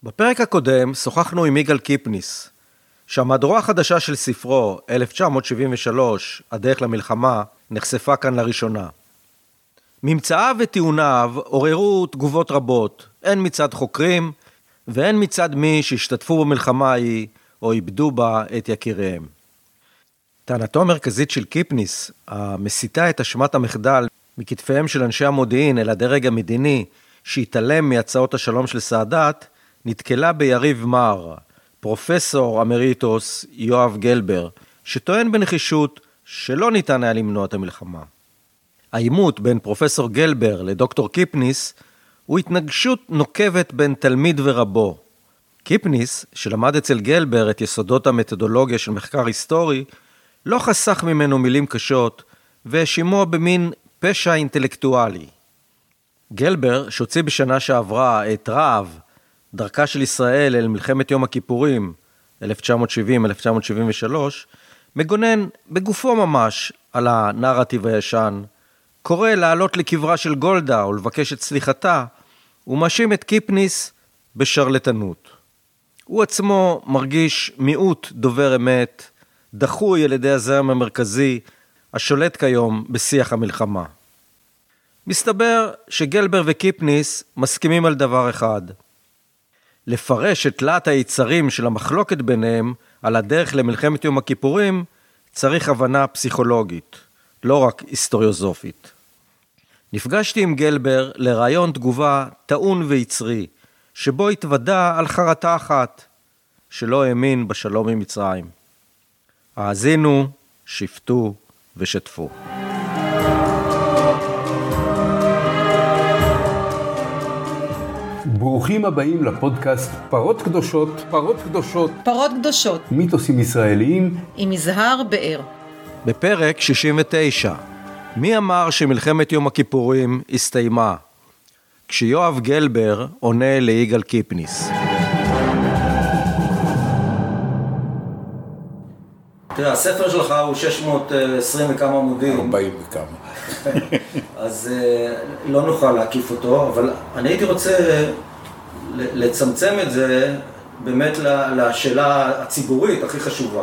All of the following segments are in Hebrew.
בפרק הקודם שוחחנו עם יגאל קיפניס, שהמהדורה החדשה של ספרו 1973, הדרך למלחמה, נחשפה כאן לראשונה. ממצאיו וטיעוניו עוררו תגובות רבות, הן מצד חוקרים והן מצד מי שהשתתפו במלחמה ההיא או איבדו בה את יקיריהם. טענתו המרכזית של קיפניס, המסיטה את אשמת המחדל מכתפיהם של אנשי המודיעין אל הדרג המדיני שהתעלם מהצעות השלום של סאדאת, נתקלה ביריב מר, פרופסור אמריטוס יואב גלבר, שטוען בנחישות שלא ניתן היה למנוע את המלחמה. העימות בין פרופסור גלבר לדוקטור קיפניס הוא התנגשות נוקבת בין תלמיד ורבו. קיפניס, שלמד אצל גלבר את יסודות המתודולוגיה של מחקר היסטורי, לא חסך ממנו מילים קשות והאשימו במין פשע אינטלקטואלי. גלבר, שהוציא בשנה שעברה את רעב, דרכה של ישראל אל מלחמת יום הכיפורים, 1970-1973, מגונן בגופו ממש על הנרטיב הישן, קורא לעלות לקברה של גולדה ולבקש את סליחתה, ומאשים את קיפניס בשרלטנות. הוא עצמו מרגיש מיעוט דובר אמת, דחוי על ידי הזרם המרכזי, השולט כיום בשיח המלחמה. מסתבר שגלבר וקיפניס מסכימים על דבר אחד. לפרש את תלת היצרים של המחלוקת ביניהם על הדרך למלחמת יום הכיפורים, צריך הבנה פסיכולוגית, לא רק היסטוריוזופית. נפגשתי עם גלבר לרעיון תגובה טעון ויצרי, שבו התוודע על חרטה אחת, שלא האמין בשלום עם מצרים. האזינו, שפטו ושתפו. ברוכים הבאים לפודקאסט פרות קדושות, פרות קדושות, פרות קדושות, מיתוסים ישראליים עם יזהר באר. בפרק 69, מי אמר שמלחמת יום הכיפורים הסתיימה? כשיואב גלבר עונה ליגאל קיפניס. תראה, הספר שלך הוא 620 וכמה עמודים. 40 וכמה. אז לא נוכל להקיף אותו, אבל אני הייתי רוצה לצמצם את זה באמת לשאלה הציבורית הכי חשובה.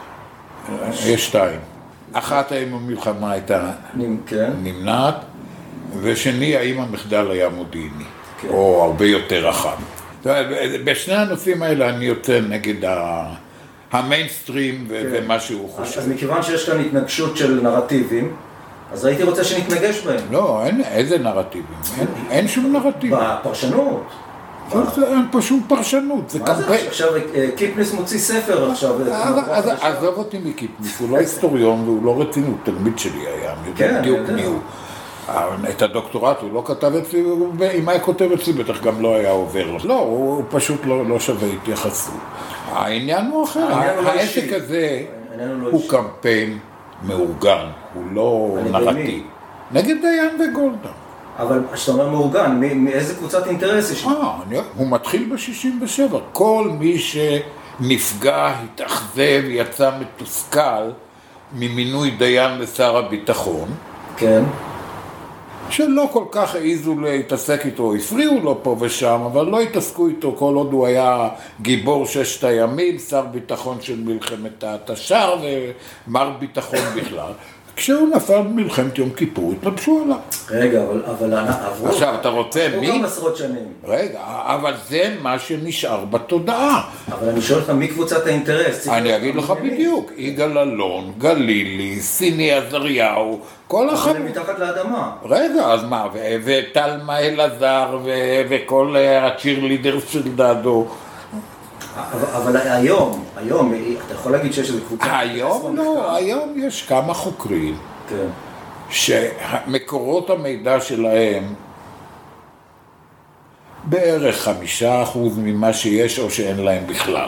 יש שתיים. אחת, האם המלחמה הייתה נמנעת, ושני, האם המחדל היה מודיעיני, או הרבה יותר רחב. בשני הנושאים האלה אני יוצא נגד המיינסטרים ומה שהוא חושב. אז מכיוון שיש כאן התנגשות של נרטיבים, אז הייתי רוצה שנתנגש בהם. לא, איזה נרטיבים? אין שום נרטיבים. בפרשנות. אין פה שום פרשנות, זה מה זה? עכשיו קיפניס מוציא ספר עכשיו. אז עזוב אותי מקיפניס, הוא לא היסטוריון והוא לא רציני, הוא תלמיד שלי היה, אני יודע בדיוק מי הוא. את הדוקטורט הוא לא כתב אצלי, אם היה כותב אצלי בטח גם לא היה עובר לו. לא, הוא פשוט לא שווה התייחסות. העניין הוא אחר, העסק הזה הוא קמפיין מאורגן, הוא לא נרטיב. נגד דיין וגולדה. אבל כשאתה אומר מאורגן, מאיזה קבוצת אינטרס יש? הוא מתחיל ב-67. כל מי שנפגע, התאכזב, יצא מתוסכל ממינוי דיין לשר הביטחון. כן. שלא כל כך העיזו להתעסק איתו, הפריעו לו פה ושם, אבל לא התעסקו איתו כל עוד הוא היה גיבור ששת הימים, שר ביטחון של מלחמת התש"ר ומר ביטחון בכלל. כשהוא נפל במלחמת יום כיפור, התלבשו עליו. רגע, אבל עברו... עכשיו, אתה רוצה מי? עברו גם עשרות שנים. רגע, אבל זה מה שנשאר בתודעה. אבל אני שואל לך, מי קבוצת האינטרס? אני אגיד לך בדיוק, יגאל אלון, גלילי, סיני עזריהו, כל אבל הם מתחת לאדמה. רגע, אז מה, וטלמה אלעזר, וכל הצ'ירלידר של דדו. אבל היום, אתה יכול להגיד שיש איזו קבוצה... היום לא, היום יש כמה חוקרים, שמקורות המידע שלהם בערך 5% ממה שיש או שאין להם בכלל.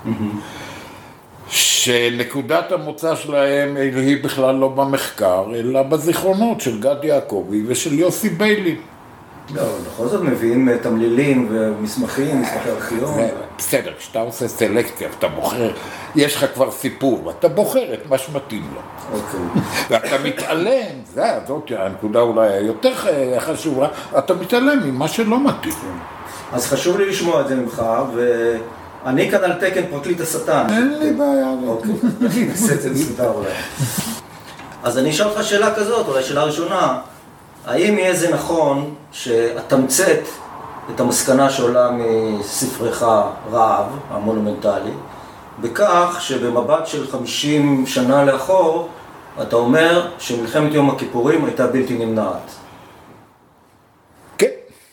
שנקודת המוצא שלהם היא בכלל לא במחקר, אלא בזיכרונות של גד יעקבי ושל יוסי ביילין. לא, בכל זאת מביאים תמלילים ומסמכים, מסמכי ארכיון. בסדר, כשאתה עושה סלקציה, אתה בוחר, יש לך כבר סיפור, ואתה בוחר את מה שמתאים לו. אוקיי. ואתה מתעלם, זאת הנקודה אולי היותר חשובה, אתה מתעלם ממה שלא מתאים. אז חשוב לי לשמוע את זה ממך, ואני כאן על תקן פרקליט השטן. אין לי בעיה. אוקיי, אני אעשה את זה מסודר אולי. אז אני אשאל אותך שאלה כזאת, אולי שאלה ראשונה, האם יהיה זה נכון שאתמצת את המסקנה שעולה מספרך רעב, המונומנטלי, בכך שבמבט של 50 שנה לאחור, אתה אומר שמלחמת יום הכיפורים הייתה בלתי נמנעת. כן.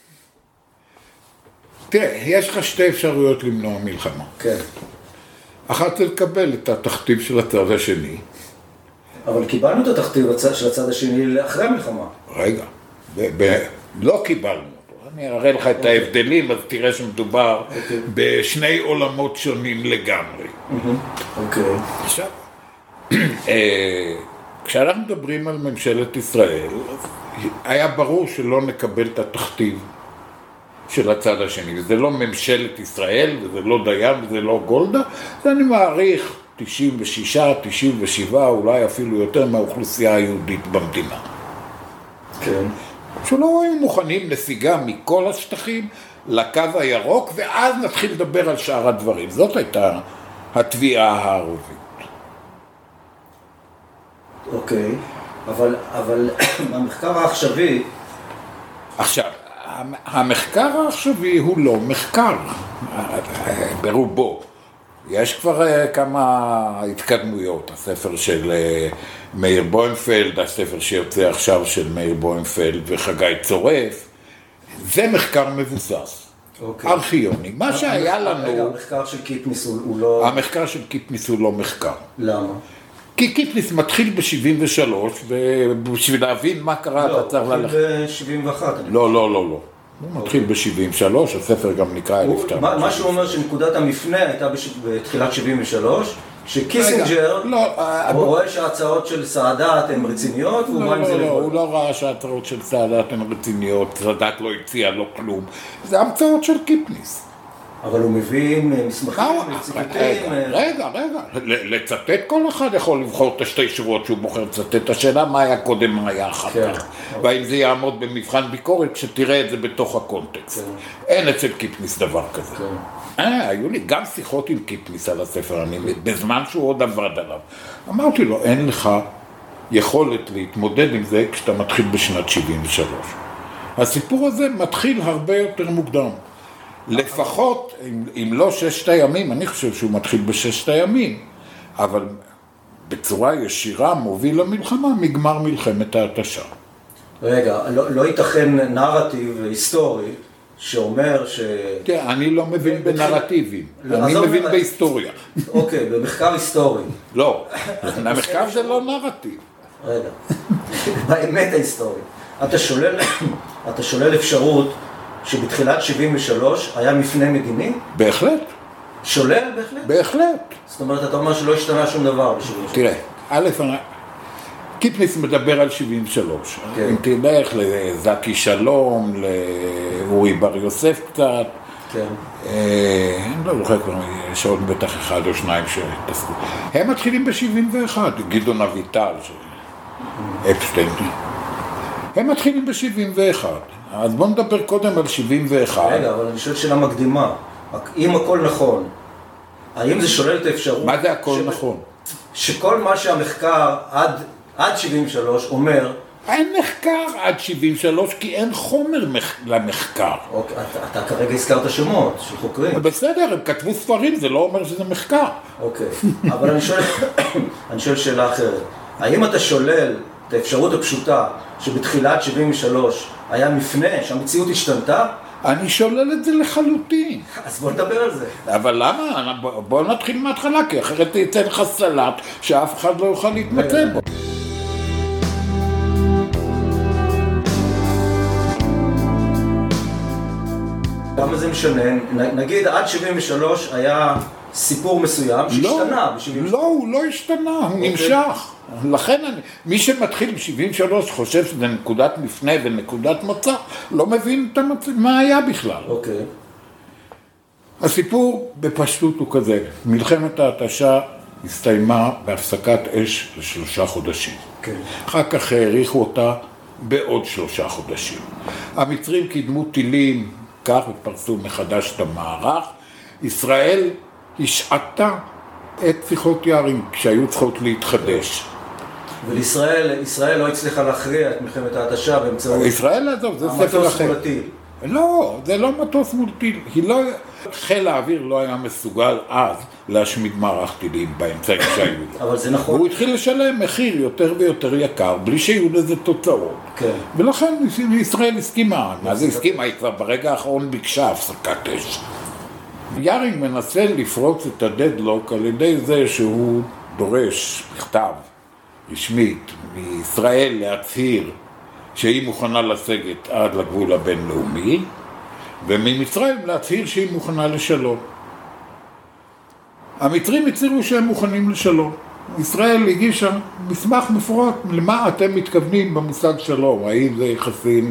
תראה, יש לך שתי אפשרויות למנוע מלחמה. כן. אחת זה לקבל את התכתיב של הצד השני. אבל קיבלנו את התכתיב של הצד השני אחרי המלחמה. רגע, לא קיבלנו אותו. אני אראה לך את ההבדלים, אז תראה שמדובר בשני עולמות שונים לגמרי. אוקיי. עכשיו, כשאנחנו מדברים על ממשלת ישראל, היה ברור שלא נקבל את התכתיב של הצד השני. וזה לא ממשלת ישראל, וזה לא דיין, וזה לא גולדה, זה אני מעריך 96, 97, אולי אפילו יותר מהאוכלוסייה היהודית במדינה. כן. שלא היו מוכנים נסיגה מכל השטחים לקו הירוק, ואז נתחיל לדבר על שאר הדברים. זאת הייתה התביעה הערבית. אוקיי, אבל המחקר העכשווי... עכשיו, המחקר העכשווי הוא לא מחקר, ברובו. יש כבר כמה התקדמויות, הספר של מאיר בוימפלד, הספר שיוצא עכשיו של מאיר בוימפלד וחגי צורף, זה מחקר מבוסס, ארכיוני. מה שהיה לנו... רגע, המחקר של קיפניס הוא לא... המחקר של קיפניס הוא לא מחקר. למה? כי קיפניס מתחיל ב-73, ובשביל להבין מה קרה אתה צריך ללכת. מתחיל ב-71. לא. הוא מתחיל ב-73, הספר גם נקרא 1973. מה שהוא אומר שנקודת המפנה הייתה בתחילת 73, שקיסינג'ר רואה שההצעות של סאדאת הן רציניות, והוא בא עם זה לבוא. הוא לא ראה שההצעות של סאדאת הן רציניות, סאדאת לא הציע לו כלום. זה המצאות של קיפניס. אבל הוא מביא מסמכים וציטוטים. רגע, לצטט כל אחד יכול לבחור את השתי שורות שהוא בוחר לצטט. השאלה מה היה קודם, מה היה אחר כך. והאם זה יעמוד במבחן ביקורת כשתראה את זה בתוך הקונטקסט. אין אצל קיפניס דבר כזה. היו לי גם שיחות עם קיפניס על הספר, בזמן שהוא עוד עבד עליו. אמרתי לו, אין לך יכולת להתמודד עם זה כשאתה מתחיל בשנת 73. הסיפור הזה מתחיל הרבה יותר מוקדם. לפחות, אם לא 6 הימים, אני חושב שהוא מתחיל ב6 הימים, אבל בצורה ישירה מוביל למלחמה, מגמר מלחמת ההתשה. רגע, לא ייתכן נרטיב היסטורי שאומר ש... תראה, אני לא מבין בנרטיבים, אני מבין בהיסטוריה. אוקיי, במחקר היסטורי. לא, המחקר זה לא נרטיב. רגע, באמת ההיסטורי. אתה שולל אפשרות שבתחילת 73 היה מפנה מדיני? בהחלט. שולל בהחלט? בהחלט. זאת אומרת, אתה אומר שלא השתנה שום דבר ב-73. תראה, קיפניס מדבר על 73. אם תלך לזקי שלום, לאורי בר יוסף קצת, אני לא זוכר כבר, יש עוד בטח 1 או 2 שתעסקו. הם מתחילים ב-71, גדעון אביטל, אפשטיין. הם מתחילים ב-71. אז בוא נדבר קודם על 71. רגע, אבל אני שואל שאלה מקדימה. אם הכל נכון, האם זה שולל את האפשרות... מה זה הכל נכון? שכל מה שהמחקר עד 73 אומר... אין מחקר עד 73 כי אין חומר למחקר. אוקיי, אתה כרגע הזכרת שמות של חוקרים. בסדר, הם כתבו ספרים, זה לא אומר שזה מחקר. אוקיי, אבל אני שואל שאלה אחרת. האם אתה שולל את האפשרות הפשוטה שבתחילת 73 היה מפנה, שהמציאות השתנתה? אני שולל את זה לחלוטין. אז בוא נדבר על זה. אבל למה? בוא נתחיל מההתחלה, כי אחרת יצא לך סלט שאף אחד לא יוכל להתמצא בו. למה זה משנה? נגיד עד 73 היה סיפור מסוים שהשתנה ב-73. לא, הוא לא השתנה, הוא נמשך. לכן מי שמתחיל ב-73 חושב שזה נקודת מפנה ונקודת מוצא, לא מבין מה היה בכלל. אוקיי. הסיפור בפשטות הוא כזה, מלחמת ההתשה הסתיימה בהפסקת אש ל3 חודשים. אחר כך העריכו אותה בעוד 3 חודשים. המצרים קידמו טילים כך ופרסו מחדש את המערך. ישראל השעתה את שיחות יארינג שהיו צריכות להתחדש. וישראל לא הצליחה להכריע את מלחמת ההתשה באמצעות... ישראל, עזוב, זה ספר אחר. המטוס מול טיל. לא, זה לא מטוס מול טיל. חיל האוויר לא היה מסוגל אז להשמיד מערך טילים באמצעים שהיו לו. אבל זה נכון. והוא התחיל לשלם מחיר יותר ויותר יקר, בלי שיהיו לזה תוצאות. כן. ולכן ישראל הסכימה. מה זה הסכימה? היא כבר ברגע האחרון ביקשה הפסקת אש. יארינג מנסה לפרוץ את הדדלוק על ידי זה שהוא דורש בכתב רשמית מישראל להצהיר שהיא מוכנה לסגת עד לגבול הבינלאומי, וממצרים להצהיר שהיא מוכנה לשלום. המצרים הצהירו שהם מוכנים לשלום. ישראל הגישה מסמך מפורט למה אתם מתכוונים במושג שלום, האם זה יחסים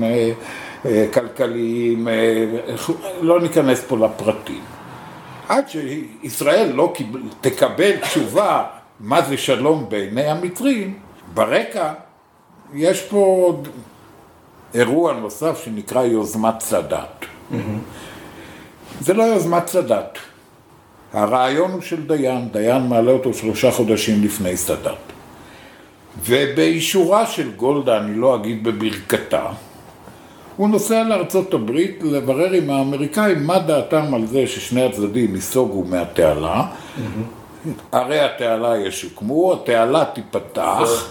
כלכליים, לא ניכנס פה לפרטים. עד שישראל לא תקבל תשובה מה זה שלום בעיני המצרים, ברקע יש פה אירוע נוסף שנקרא יוזמת סאדאת. זה לא יוזמת סאדאת. הרעיון הוא של דיין מעלה אותו 3 חודשים לפני סאדאת. ובאישורה של גולדה, אני לא אגיד בברכתה, הוא נוסע לארצות הברית לברר עם האמריקאים מה דעתם על זה ששני הצדדים ייסוגו מהתעלה. הרי התעלה ישוקמו, התעלה תיפתח,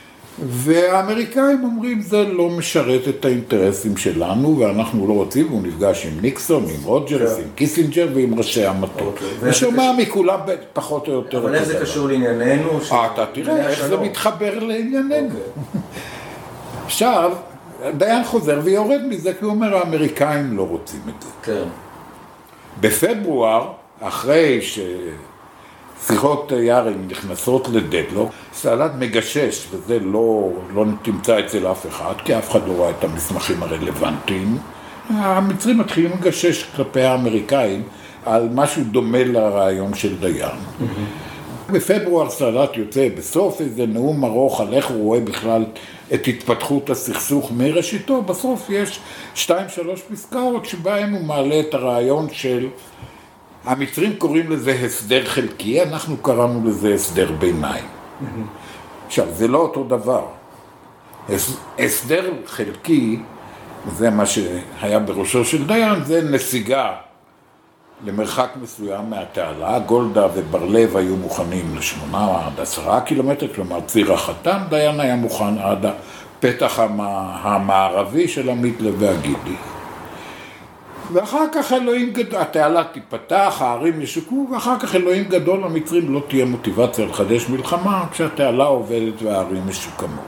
והאמריקאים אומרים זה לא משרת את האינטרסים שלנו ואנחנו לא רוצים, והוא נפגש עם ניקסון, עם רוג'רס, עם קיסינג'ר ועם ראשי המטות. ושומע מכולם פחות או יותר. אבל איך זה קשור לענייננו? אתה תראה איך זה מתחבר לענייננו. עכשיו, דיין חוזר ויורד מזה כי הוא אומר האמריקאים לא רוצים את זה. כן. בפברואר, אחרי שיחות יארינג נכנסות לדדלוק, סאדאת מגשש, וזה לא תמצא אצל אף אחד, כי אף אחד לא רואה את המסמכים הרלוונטיים. המצרים מתחילים לגשש כלפי האמריקאים על משהו דומה לרעיון של דיין. בפברואר סאדאת יוצא בסוף איזה נאום ארוך על איך הוא רואה בכלל את התפתחות הסכסוך מראשיתו. בסוף יש 2-3 פסקאות שבהם הוא מעלה את הרעיון של, המצרים קוראים לזה הסדר חלקי, אנחנו קראנו לזה הסדר ביניים. עכשיו, זה לא אותו דבר. הסדר חלקי, זה מה שהיה בראשו של דיין, זה נסיגה למרחק מסוים מהתעלה. גולדה וברלב היו מוכנים ל8 עד 10 קילומטר, כלומר ציר החתן, דיין היה מוכן עד הפתח המערבי של המיתלה והגידי. ואחר כך אלוהים גדול, התעלה תיפתח, הערים ישוקו, ואחר כך אלוהים גדול, המצרים לא תהיה מוטיבציה לחדש מלחמה, כשהתעלה עובדת והערים משוקמות.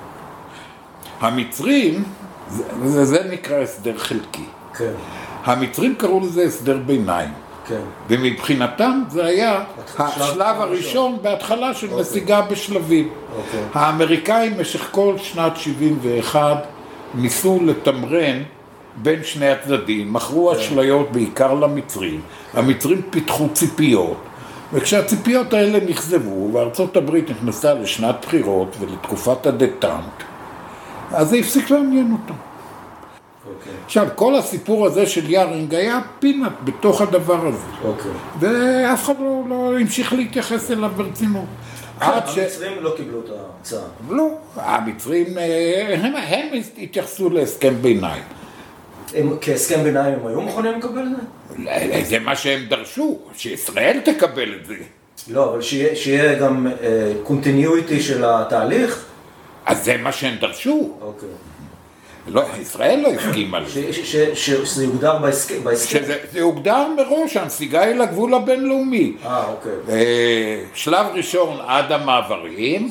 המצרים, זה נקרא הסדר חלקי. כן. המצרים קראו לזה הסדר ביניים. כן. ומבחינתם זה היה השלב הראשון בהתחלה של נסיגה בשלבים. האמריקאים משך כל שנת 71 ניסו לתמרן בין שני הצדדים, מכרו אשליות בעיקר למצרים, המצרים פיתחו ציפיות, וכשהציפיות האלה נכזבו, וארצות הברית נכנסה לשנת בחירות ולתקופת הדטנט, אז זה הפסיק לעניין אותם. עכשיו, כל הסיפור הזה של יארינג היה פינט בתוך הדבר הזה. ואף אחד לא המשיך להתייחס אליו ברצינות. המצרים לא קיבלו את ההצעה. לא, המצרים, הם התייחסו להסכם ביניים. כהסכם ביניים הם היו מוכנים לקבל את זה? זה מה שהם דרשו, שישראל תקבל את זה. לא, אבל שיהיה גם קונטיניויטי של התהליך? אז זה מה שהם דרשו. אוקיי. לא, ישראל לא הסכים על זה. שזה יוגדר בהסכם? שזה יוגדר מראש, הנסיגה היא לגבול הבינלאומי. אוקיי. שלב ראשון עד המעברים,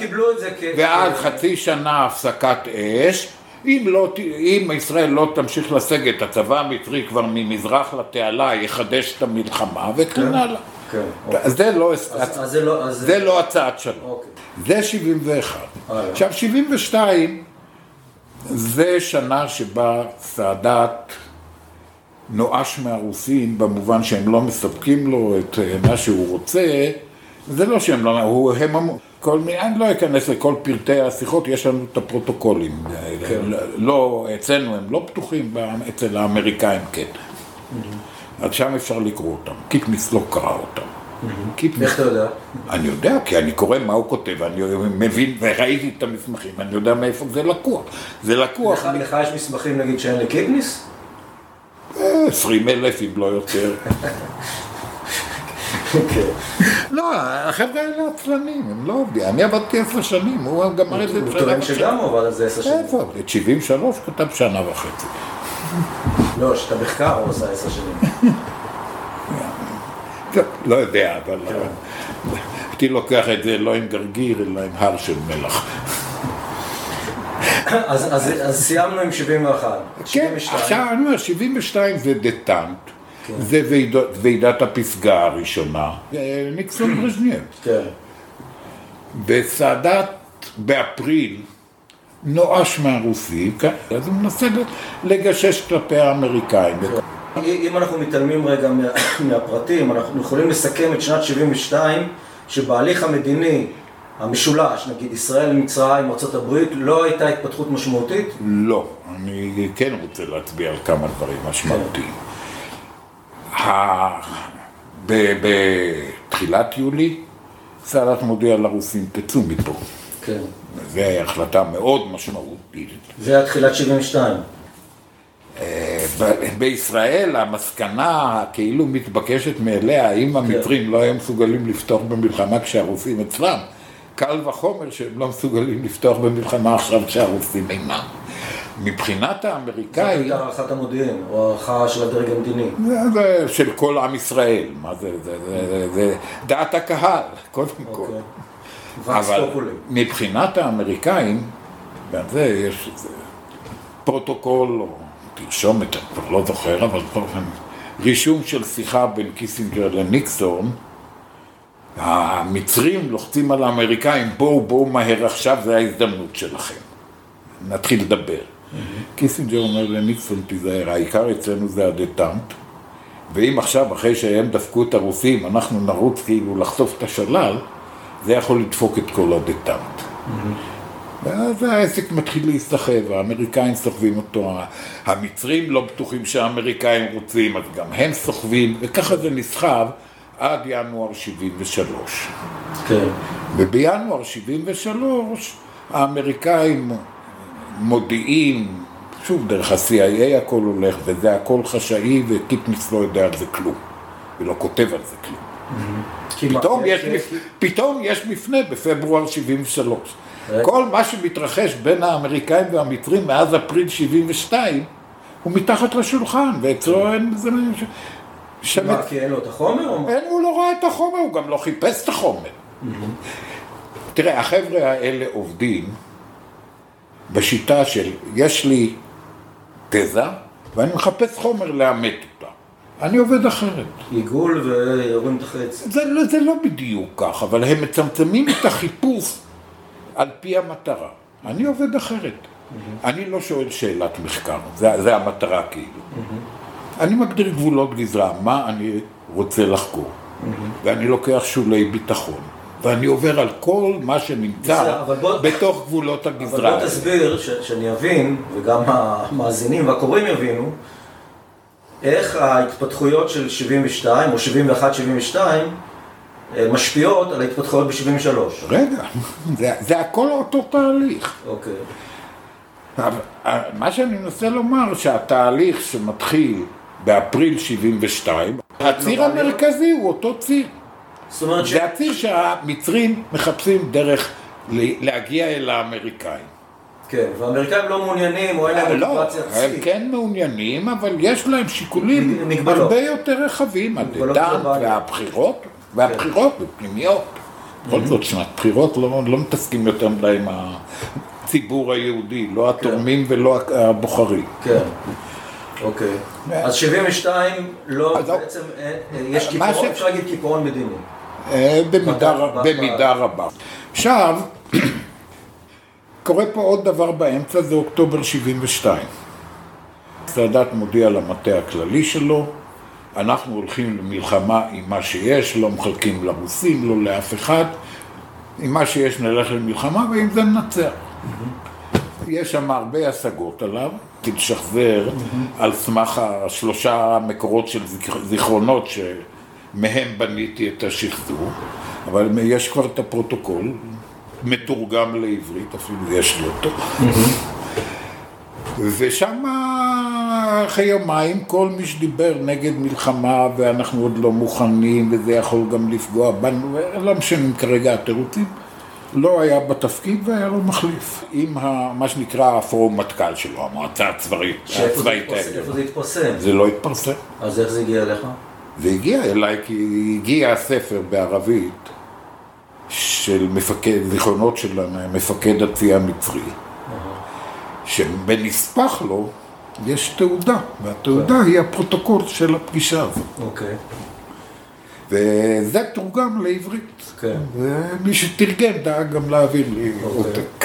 ועד חצי שנה הפסקת אש. אם ישראל לא תמשיך לסגת, הצבא המצרי כבר ממזרח לתעלה יחדש את המלחמה וכן הלאה. אז זה לא הצעת שלום. זה 71. עכשיו 72 זה שנה שבה סאדאת נואש מהרוסים במובן שהם לא מספקים לו את מה שהוא רוצה. זה לא שהם לא, אני לא אכנס לכל פרטי השיחות, יש לנו את הפרוטוקולים. לא, אצלנו הם לא פתוחים, אצל האמריקאים כן. אז שם אפשר לקרוא אותם. קיפניס לא קרא אותם. איך אתה יודע? אני יודע, כי אני קורא מה הוא כותב, אני מבין וראיתי את המסמכים, אני יודע מאיפה זה לקוח. זה לקוח... לך יש מסמכים נגיד שאין לקיפניס? 20,000 אם לא יותר. לא, החבר'ה האלה עצלנים, הם לא עובדים. אני עבדתי 10 שנים, הוא גמר את זה הוא טוען שגם הוא עבד על זה 10 שנים. איפה? את 73 כתב שנה וחצי. לא, שאתה מחקר הוא עושה 10 שנים. לא יודע, אבל הייתי לוקח את זה לא עם גרגיר, אלא עם הר של מלח. אז סיימנו עם 71. כן, עכשיו אני אומר, 72 זה דטנט, זה ועידת הפסגה הראשונה, ניקסון ברז'נייב. כן. וסאדאת באפריל נואש מהרוסים, אז הוא מנסה לגשש כלפי האמריקאים. אם אנחנו מתעלמים רגע מהפרטים, אנחנו יכולים לסכם את שנת 72, שבהליך המדיני המשולש, נגיד ישראל, מצרים, ארצות הברית, לא הייתה התפתחות משמעותית? לא, אני כן רוצה להצביע על כמה דברים משמעותיים. בתחילת יולי, סאדאת מודיע לרוסים, תצאו מפה. כן. זו החלטה מאוד משמעותית. זה התחילת 72. בישראל המסקנה כאילו מתבקשת מאליה, אם המצרים לא היו מסוגלים לפתוח במלחמה כשהרוסים אצלם, קל וחומר שהם לא מסוגלים לפתוח במלחמה עכשיו כשהרוסים אינם. מבחינת האמריקאי... זאת הייתה הערכת המודיעין, או הערכה של הדרג המדיני. זה של כל עם ישראל, מה זה? זה דעת הקהל, קודם כל. אבל מבחינת האמריקאים, בזה יש פרוטוקול, או תרשומת, אני כבר לא זוכר, אבל רישום של שיחה בין קיסינג'ר לניקסון, המצרים לוחצים על האמריקאים, בואו מהר עכשיו, זה ההזדמנות שלכם. נתחיל לדבר. קיסינג'ר אומר לניקסון, תיזהר, העיקר אצלנו זה הדטנט, ואם עכשיו, אחרי שהם דפקו את הרוסים, אנחנו נרוץ כאילו לחשוף את השלל, זה יכול לדפוק את כל הדטנט. ואז העסק מתחיל להסתחב, האמריקאים סוחבים אותו, המצרים לא בטוחים שהאמריקאים רוצים, אז גם הם סוחבים, וככה זה נסחב עד ינואר 73. כן. ובינואר 73 האמריקאים מודיעים, שוב דרך ה-CIA הכל הולך, וזה הכל חשאי, וקיפניס לא יודע על זה כלום, ולא כותב על זה כלום. פתאום יש מפנה בפברואר 73. כל מה שמתרחש בין האמריקאים והמצרים מאז אפריל 72 הוא מתחת לשולחן, ואצלו אין זה... מה, כי אין לו את החומר? הוא לא ראה את החומר, הוא גם לא חיפש את החומר. תראה, החבר'ה האלה עובדים בשיטה של יש לי תזה ואני מחפש חומר לאמת אותה. אני עובד אחרת. עיגול ויורים את החץ. זה לא בדיוק כך, אבל הם מצמצמים את החיפוש על פי המטרה. אני עובד אחרת. אני לא שואל שאלת מחקר, זה המטרה כאילו. אני מגדיר גבולות גזרה, מה אני רוצה לחקור. ואני לוקח שולי ביטחון. ואני עובר על כל מה שנמצא בתוך גבולות הגזרה. אבל בוא תסביר שאני אבין, וגם המאזינים והקוראים יבינו, איך ההתפתחויות של 72 או 71-72 משפיעות על ההתפתחויות ב-73. רגע, זה הכל אותו תהליך. אוקיי. מה שאני מנסה לומר, שהתהליך שמתחיל באפריל 72, הציר המרכזי הוא אותו ציר. זה הציר שהמצרים מחפשים דרך להגיע אל האמריקאים. כן, והאמריקאים לא מעוניינים או אין להם מוטיבציה עצמית. הם כן מעוניינים, אבל יש להם שיקולים הרבה יותר רחבים, הדטנט והבחירות ופנימיות. בכל זאת שנת בחירות לא מתעסקים יותר מדי עם הציבור היהודי, לא התורמים ולא הבוחרים. כן, אוקיי. אז 72 לא, בעצם יש קיפורון, אפשר להגיד קיפורון מדיני. במידה רבה. עכשיו, קורה פה עוד דבר באמצע, זה אוקטובר 72. סאדאת מודיע למטה הכללי שלו, אנחנו הולכים למלחמה עם מה שיש, לא מחלקים לרוסים, לא לאף אחד, עם מה שיש נלך למלחמה ועם זה ננצח. יש שם הרבה השגות עליו, כי לשחזר על סמך 3 מקורות של זיכרונות שמהם בניתי את השחזור, אבל יש כבר את הפרוטוקול, מתורגם לעברית, אפילו יש לו אותו. ושם אחרי יומיים כל מי שדיבר נגד מלחמה ואנחנו עוד לא מוכנים וזה יכול גם לפגוע בנו, לא משנים כרגע התירוצים, לא היה בתפקיד והיה לו מחליף עם מה שנקרא הפורמטקל שלו, המועצה הצבאית. איפה זה התפרסם? זה לא התפרסם. אז איך זה הגיע אליך? זה הגיע אליי כי הגיע הספר בערבית של זיכרונות של מפקד הצי המצרי, שבנספח לו יש תעודה, והתעודה היא הפרוטוקול של הפגישה הזאת. אוקיי. וזה תורגם לעברית. כן. ומי שתרגם דאג גם להעביר לי עותק.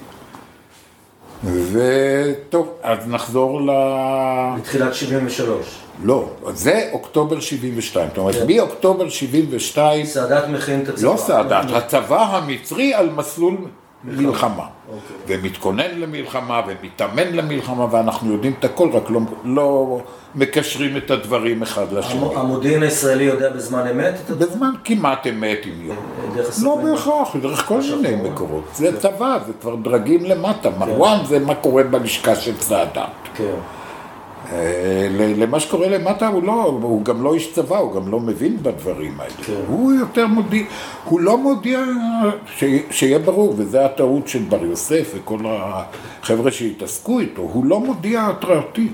וטוב, אז נחזור לתחילת 73. לא, זה אוקטובר 72. זאת אומרת, מאוקטובר 72... סאדאת מכין את הצבא. לא סאדאת, הצבא המצרי על מסלול מלחמה. ומתכונן למלחמה ומתאמן למלחמה, ואנחנו יודעים את הכל, רק לא מקשרים את הדברים אחד לשני. המודיעין הישראלי יודע בזמן אמת? בזמן כמעט אמת עם יום. לא בהכרח, דרך כל מיני מקורות. זה צבא, זה כבר דרגים למטה. מרואן זה מה קורה בלשכה של סאדאת. כן. למה שקורה למטה הוא גם לא איש צבא, הוא גם לא מבין בדברים האלה. הוא יותר מודיע, הוא לא מודיע, שיהיה ברור, וזה הטעות של בר יוסף וכל החבר'ה שהתעסקו איתו, הוא לא מודיע התרעתי.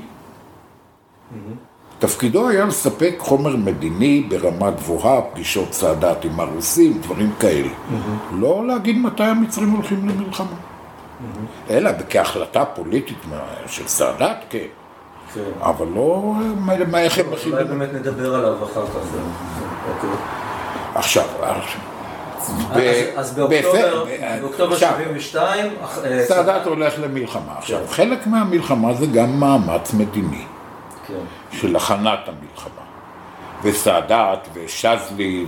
תפקידו היה לספק חומר מדיני ברמה גבוהה, פגישות סאדאת עם הרוסים, דברים כאלה. לא להגיד מתי המצרים הולכים למלחמה. אלא כהחלטה פוליטית של סאדאת, כן. אבל לא איך הם מכינים. אולי באמת נדבר עליו אחר כך. עכשיו, אז באוקטובר 72 סאדאת הולך למלחמה. עכשיו, חלק מהמלחמה זה גם מאמץ מדיני של הכנת המלחמה. וסאדאת ושזלי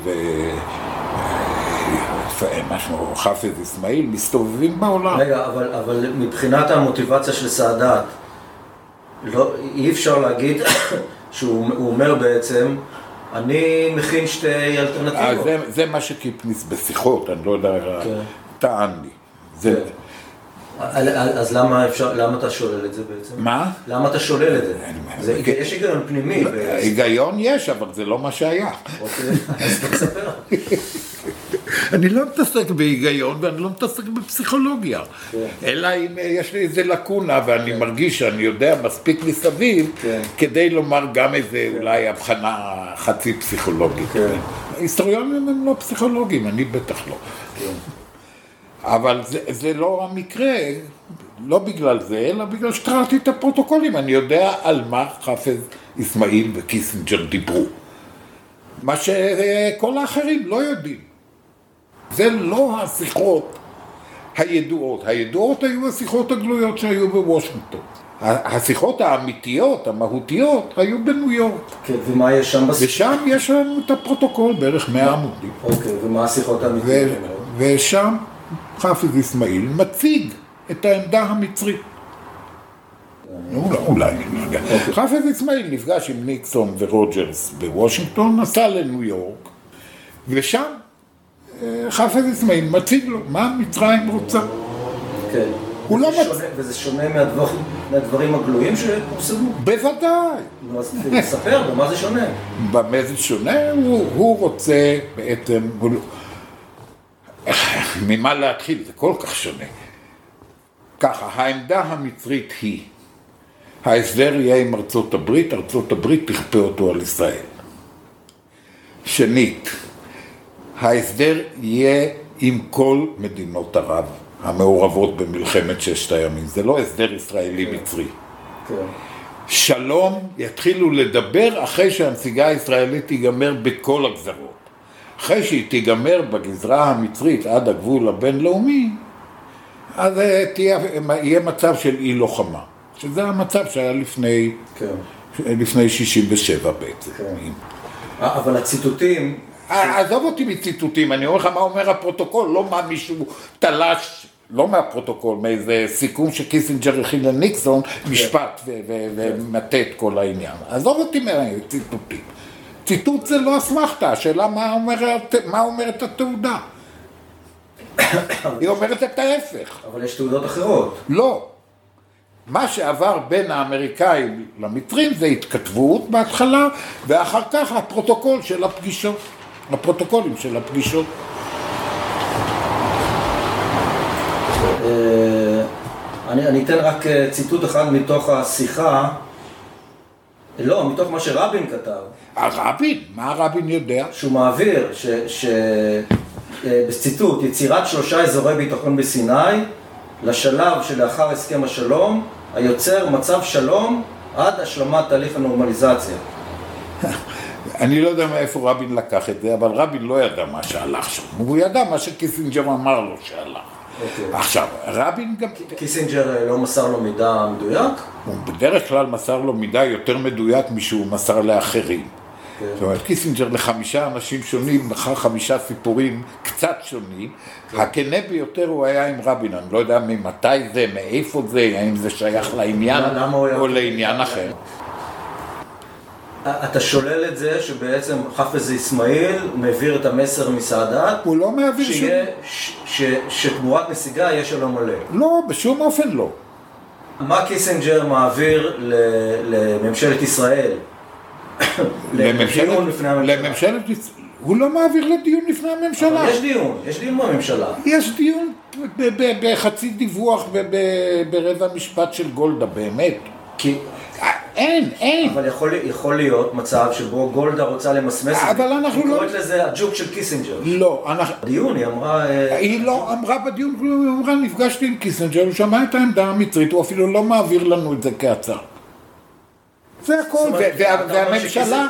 משהו חאפז אסמאעיל מסתובבים בעולם. רגע, אבל מבחינת המוטיבציה של סאדאת, אי אפשר להגיד שהוא אומר בעצם, אני מכין 2 אלטרנטיבות. זה מה שקיפניס בשיחות, אני לא יודע, טען לי. אז למה אתה שולל את זה בעצם? מה? למה אתה שולל את זה? יש היגיון פנימי. היגיון יש, אבל זה לא מה שהיה. אוקיי, אז תספר. אני לא מתעסק בהיגיון ואני לא מתעסק בפסיכולוגיה. אלא אם יש לי איזה לקונה ואני מרגיש שאני יודע מספיק מסביב, כדי לומר גם איזה אולי הבחנה חצי פסיכולוגית. היסטוריונים הם לא פסיכולוגים, אני בטח לא. אבל זה לא המקרה, לא בגלל זה, אלא בגלל שקראתי את הפרוטוקולים. אני יודע על מה חאפז אסמאעיל וקיסינג'ר דיברו. מה שכל האחרים לא יודעים. זה לא השיחות הידועות. הידועות היו השיחות הגלויות שהיו בוושינגטון. השיחות האמיתיות, המהותיות, היו בניו יורק. כן, ומה יש שם בשיחות? ושם יש לנו את הפרוטוקול, בערך 100 עמודים. אוקיי, ומה השיחות האמיתיות? ושם חאפז אסמאעיל מציג את העמדה המצרית. אולי. חאפז אסמאעיל נפגש עם ניקסון ורוג'רס בוושינגטון, נסע לניו יורק, ושם חאפז אסמאעיל מציג לו מה מצרים רוצה. כן. וזה שונה מהדברים הגלויים שפורסמו? בוודאי. אז תספר, במה זה שונה? במה זה שונה? הוא רוצה בעצם... ממה להתחיל? זה כל כך שונה. ככה, העמדה המצרית היא, ההסדר יהיה עם ארצות הברית, ארצות הברית תכפה אותו על ישראל. שנית, ההסדר יהיה עם כל מדינות ערב המעורבות במלחמת 6 הימים. זה לא הסדר ישראלי-מצרי. שלום יתחילו לדבר אחרי שהנסיגה הישראלית תיגמר בכל הגזרות. אחרי שהיא תיגמר בגזרה המצרית עד הגבול הבינלאומי, אז יהיה מצב של אי לוחמה. שזה המצב שהיה לפני 67 בעצם. אבל הציטוטים... עזוב אותי מציטוטים, אני אומר לך מה אומר הפרוטוקול, לא מה מישהו תלש לא מהפרוטוקול, מאיזה סיכום שקיסינג'ר הכין לניקסון, משפט ומטה את כל העניין. עזוב אותי מהציטוטים. ציטוט זה לא אסמכתה, השאלה מה אומרת התעודה. היא אומרת את ההפך. אבל יש תעודות אחרות. לא. מה שעבר בין האמריקאים למצרים זה התכתבות בהתחלה, ואחר כך הפרוטוקול של הפגישות. הפרוטוקולים של הפגישות. אני אתן רק ציטוט אחד מתוך השיחה, לא, מתוך מה שרבין כתב. רבין? מה רבין יודע? שהוא מעביר, בציטוט, יצירת 3 אזורי ביטחון בסיני, לשלב שלאחר הסכם השלום, היוצר מצב שלום עד השלמת תהליך הנורמליזציה. אני לא יודע מאיפה רבין לקח את זה, אבל רבין לא ידע מה שהלך שם. הוא ידע מה שקיסינג'ר אמר לו שהלך. עכשיו, רבין גם... קיסינג'ר לא מסר לו מידע מדויק? הוא בדרך כלל מסר לו מידע יותר מדויק משהוא מסר לאחרים. זאת אומרת, קיסינג'ר ל5 אנשים שונים, מחר 5 סיפורים קצת שונים. הכנה ביותר הוא היה עם רבין, אני לא יודע ממתי זה, מאיפה זה, האם זה שייך לעניין או לעניין אחר. אתה שולל את זה שבעצם חאפז אסמאעיל מעביר את המסר מסאדאת, הוא לא מעביר שתמורת נסיגה יש שלום מלא. לא, בשום אופן לא. מה קיסינג'ר מעביר לממשלת ישראל? לדיון לפני הממשלה. הוא לא מעביר לדיון לפני הממשלה. אבל יש דיון בממשלה. יש דיון בחצי דיווח ברבע משפט של גולדה, באמת. אין. אבל יכול להיות מצב שבו גולדה רוצה למסמס, אבל אנחנו לא... היא קוראת לזה הג'וק של קיסינג'ר. לא, בדיון היא אמרה... היא לא אמרה בדיון, היא אמרה, נפגשתי עם קיסינג'ר, הוא שמע את העמדה המצרית, הוא אפילו לא מעביר לנו את זה כהצעה. זה הכל, והממשלה...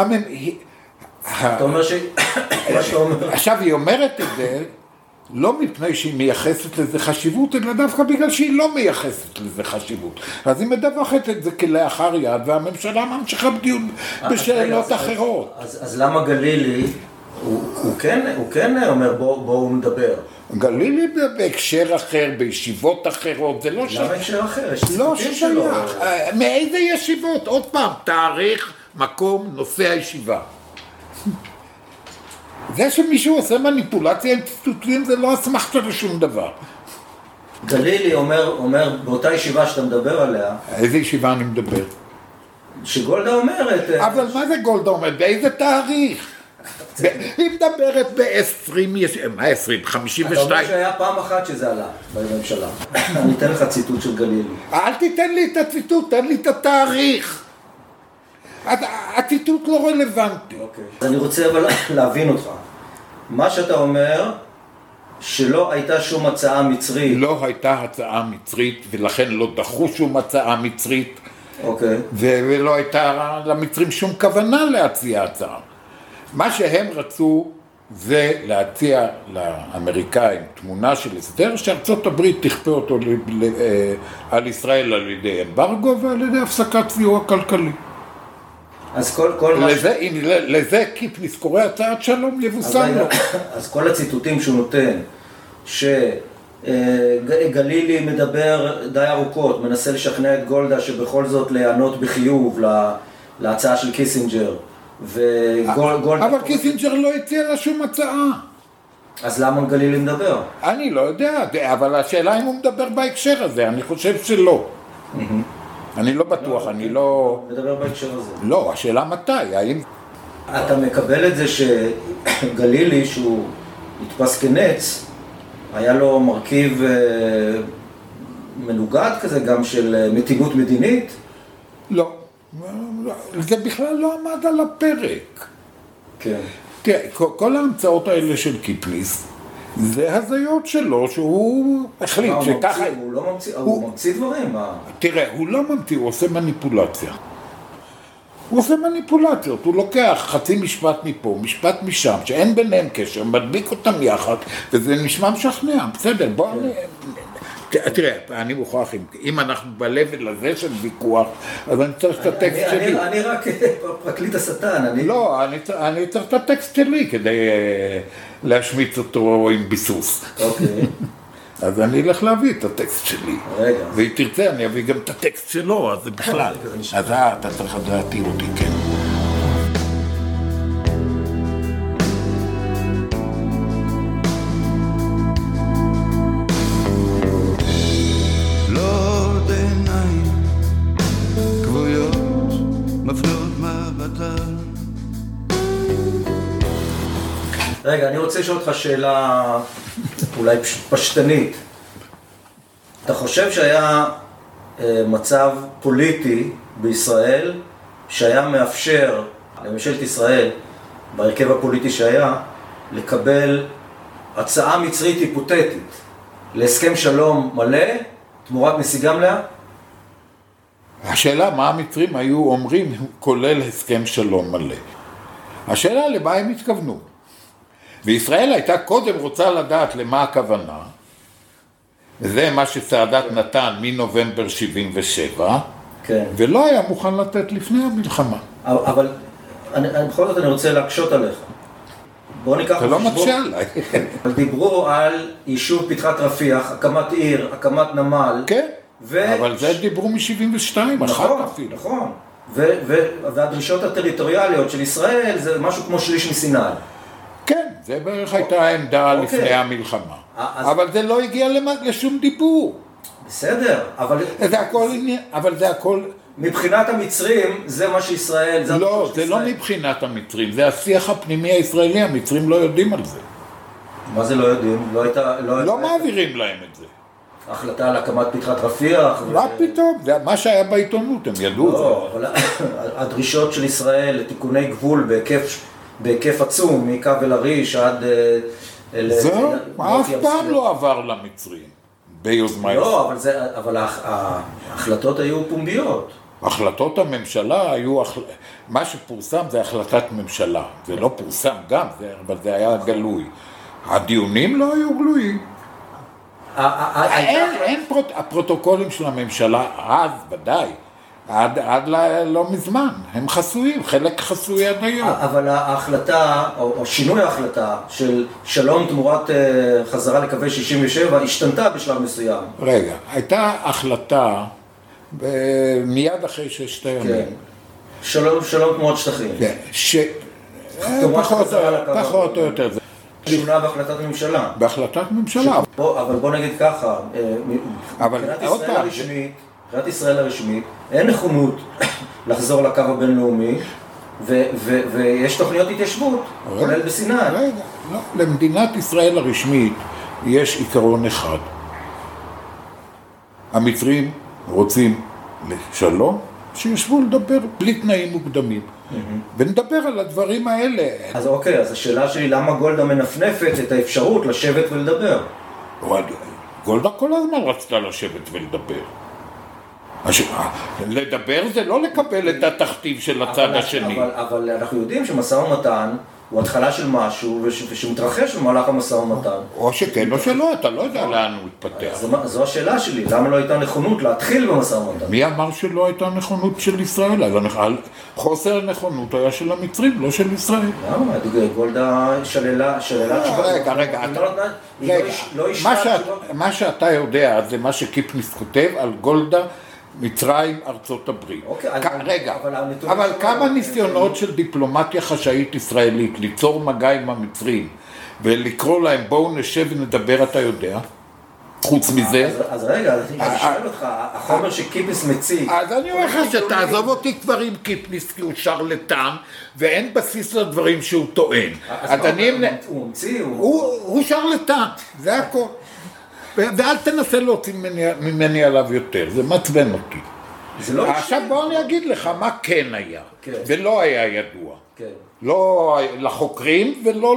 אתה אומר ש... עכשיו היא אומרת את זה, לא מפני שהיא מייחסת לזה חשיבות, אלא דווקא בגלל שהיא לא מייחסת לזה חשיבות. אז היא מדווחת את זה כלאחר יד, והממשלה ממשיכה בדיון בשאלות אחרות. אז למה גלילי, הוא כן אומר בואו נדבר? גלילי בהקשר אחר, בישיבות אחרות, זה לא שייך. למה הקשר אחר? לא שייך. מאיזה ישיבות? עוד פעם, תאריך, מקום, נושא הישיבה. זה שמישהו עושה מניפולציה עם ציטוטים זה לא אסמכתה לשום דבר. גלילי אומר באותה ישיבה שאתה מדבר עליה. איזה ישיבה אני מדבר? שגולדה אומרת... אבל מה זה גולדה אומרת? באיזה תאריך? היא מדברת ב-20, מה 20? 52? אתה אומר שהיה פעם אחת שזה עלה בממשלה. אני אתן לך ציטוט של גלילי. אל תיתן לי את הציטוט, תן לי את התאריך. הציטוט לא רלוונטי. אז אני רוצה אבל להבין אותך. מה שאתה אומר, שלא הייתה שום הצעה מצרית. לא הייתה הצעה מצרית, ולכן לא דחו שום הצעה מצרית. אוקיי. ולא הייתה למצרים שום כוונה להציע הצעה. מה שהם רצו זה להציע לאמריקאים תמונה של הסדר שארצות הברית תכפה אותו על ישראל על ידי אמברגו ועל ידי הפסקת סיוע כלכלי. אז כל מה... לזה קיפניס קורא הצעת שלום יבוסם לו. אז כל הציטוטים שהוא נותן, שגלילי מדבר די ארוכות, מנסה לשכנע את גולדה שבכל זאת להיענות בחיוב להצעה של קיסינג'ר, אבל קיסינג'ר לא הציע לה שום הצעה. אז למה גלילי מדבר? אני לא יודע, אבל השאלה אם הוא מדבר בהקשר הזה, אני חושב שלא. אני לא בטוח, אני לא... מדבר בהקשר הזה. לא, השאלה מתי, האם... אתה מקבל את זה שגלילי, שהוא נתפס כנץ, היה לו מרכיב מנוגד כזה גם של מתינות מדינית? לא, זה בכלל לא עמד על הפרק. כן. תראה, כל ההמצאות האלה של קיפניס, זה הזיות שלו שהוא החליט שככה... הוא לא ממציא, הוא ממציא דברים. תראה, הוא לא ממציא, הוא עושה מניפולציה. הוא עושה מניפולציות, הוא לוקח חצי משפט מפה, משפט משם, שאין ביניהם קשר, מדביק אותם יחד, וזה נשמע משכנע, בסדר, בוא... תראה, אני מוכרח, אם אנחנו ב-level הזה של ויכוח, אז אני צריך את הטקסט שלי. אני רק פרקליט השטן. לא, אני צריך את הטקסט שלי כדי להשמיץ אותו עם ביסוס. אוקיי. אז אני אלך להביא את הטקסט שלי. רגע. והיא תרצה, אני אביא גם את הטקסט שלו, אז זה בכלל. אז אתה צריך לדעתי אותי, כן. רגע, אני רוצה לשאול אותך שאלה אולי פשטנית. אתה חושב שהיה מצב פוליטי בישראל שהיה מאפשר לממשלת ישראל, בהרכב הפוליטי שהיה, לקבל הצעה מצרית היפותטית להסכם שלום מלא תמורת נסיגה מלאה? השאלה מה המצרים היו אומרים כולל הסכם שלום מלא. השאלה למה הם התכוונו. וישראל הייתה קודם רוצה לדעת למה הכוונה, זה מה שסאדאת נתן מנובמבר 77, כן. ולא היה מוכן לתת לפני המלחמה. אבל בכל זאת אני רוצה להקשות עליך. בוא ניקח... אתה לא מקשה עליי. דיברו על יישוב פתחת רפיח, הקמת עיר, הקמת נמל. כן, אבל זה דיברו מ-72, אחת אפילו. נכון, והדרישות הטריטוריאליות של ישראל זה משהו כמו שליש מסיני. כן, זה בערך הייתה העמדה לפני המלחמה. אבל זה לא הגיע לשום דיבור. בסדר, אבל זה הכל... מבחינת המצרים, זה מה שישראל... לא, זה לא מבחינת המצרים, זה השיח הפנימי הישראלי, המצרים לא יודעים על זה. מה זה לא יודעים? לא מעבירים להם את זה. החלטה על הקמת פתחת רפיח... מה פתאום? זה מה שהיה בעיתונות, הם ידעו. לא, אבל הדרישות של ישראל לתיקוני גבול בהיקף עצום, מקו אל הריש עד... זהו, אף פעם לא עבר למצרים, ביוזמה. לא, אבל ההחלטות היו פומביות. החלטות הממשלה היו, מה שפורסם זה החלטת ממשלה, זה לא פורסם גם, אבל זה היה גלוי. הדיונים לא היו גלויים. אין הפרוטוקולים של הממשלה, אז ודאי, עד לא מזמן, הם חסויים, חלק חסוי עד היום. אבל ההחלטה, או שינוי ההחלטה של שלום תמורת חזרה לקווי 67, השתנתה בשלב מסוים. רגע, הייתה החלטה מיד אחרי ששת הימים. כן, שלום תמורת שטחים. כן, פחות או יותר. שונה בהחלטת הממשלה. בהחלטת ממשלה. אבל בוא נגיד ככה, מבחינת ישראל הרשמית, אין נכונות לחזור לקו הבינלאומי, ויש תוכניות התיישבות, כולל בסיני. רגע, לא, למדינת ישראל הרשמית יש עיקרון אחד. המצרים רוצים לשלום, שישבו לדבר בלי תנאים מוקדמים. ונדבר על הדברים האלה. אז אוקיי, אז השאלה שלי, למה גולדה מנפנפת את האפשרות לשבת ולדבר? גולדה כל הזמן רצתה לשבת ולדבר. לדבר זה לא לקבל את התכתיב של הצד השני. אבל אנחנו יודעים שמשא ומתן הוא התחלה של משהו ושמתרחש במהלך המשא ומתן. או שכן או שלא, אתה לא יודע לאן הוא התפתח. זו השאלה שלי, למה לא הייתה נכונות להתחיל במשא ומתן? מי אמר שלא הייתה נכונות של ישראל? חוסר הנכונות היה של המצרים, לא של ישראל. למה? גולדה שוללה תשובה. רגע, מה שאתה יודע זה מה שקיפניס כותב על גולדה מצרים, ארצות הברית. רגע, אבל כמה ניסיונות של דיפלומטיה חשאית ישראלית ליצור מגע עם המצרים ולקרוא להם בואו נשב ונדבר, אתה יודע? חוץ מזה? אז רגע, אני שואל אותך, החומר שקיפניס מציג... אז אני אומר לך שתעזוב אותי כבר עם קיפניס כי הוא שרלטן ואין בסיס לדברים שהוא טוען. אז הוא המציא? הוא שרלטן, זה הכל. ואל תנסה להוציא ממני עליו יותר, זה מעצבן אותי. עכשיו בוא אני אגיד לך מה כן היה, ולא היה ידוע. לא לחוקרים ולא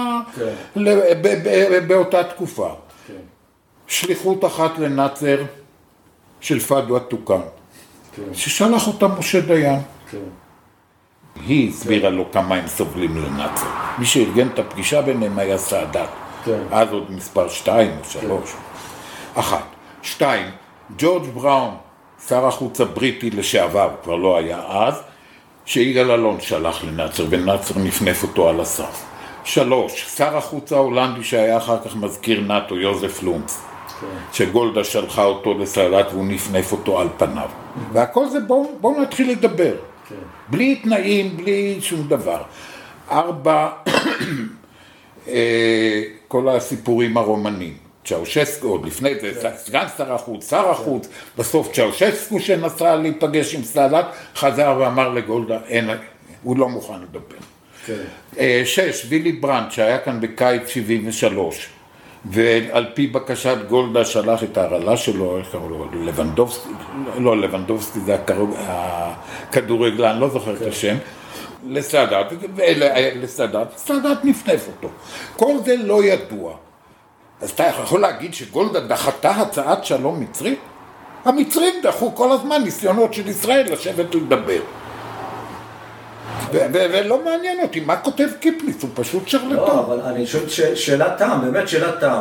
באותה תקופה. שליחות אחת לנאצר של פדו התוקן, ששלח אותה משה דיין. היא הסבירה לו כמה הם סובלים לנאצר. מי שארגן את הפגישה ביניהם היה סאדאת. אז עוד מספר 2 או 3. 1. 2. ג'ורג' בראון, שר החוץ הבריטי לשעבר, כבר לא היה אז, שיגאל אלון שלח לנאצר, ונאצר נפנף אותו על הסף. 3. שר החוץ ההולנדי שהיה אחר כך מזכיר נאטו, יוזף לונץ, שגולדה שלחה אותו לסאדאת והוא נפנף אותו על פניו. והכל זה בואו נתחיל לדבר. בלי תנאים, בלי שום דבר. 4, כל הסיפורים הרומנים. צ'אושסקו, עוד לפני זה, סגן שר החוץ, בסוף צ'אושסקו שנסע להיפגש עם סאדאת, חזר ואמר לגולדה, הוא לא מוכן לדבר. 6, וילי ברנט, שהיה כאן בקיץ 73, ועל פי בקשת גולדה שלח את ההרעלה שלו, איך קראו לו, לבנדובסקי, זה הכדורגלן, לא זוכר את השם, לסאדאת, סאדאת נפנף אותו. כל זה לא ידוע. אז אתה יכול להגיד שגולדה דחתה הצעת שלום מצרי? המצרים דחו כל הזמן ניסיונות של ישראל לשבת לדבר. ולא מעניין אותי, מה כותב קיפניס? הוא פשוט שרלטן. לא, אבל אני שואל שאלת טעם, באמת שאלת טעם.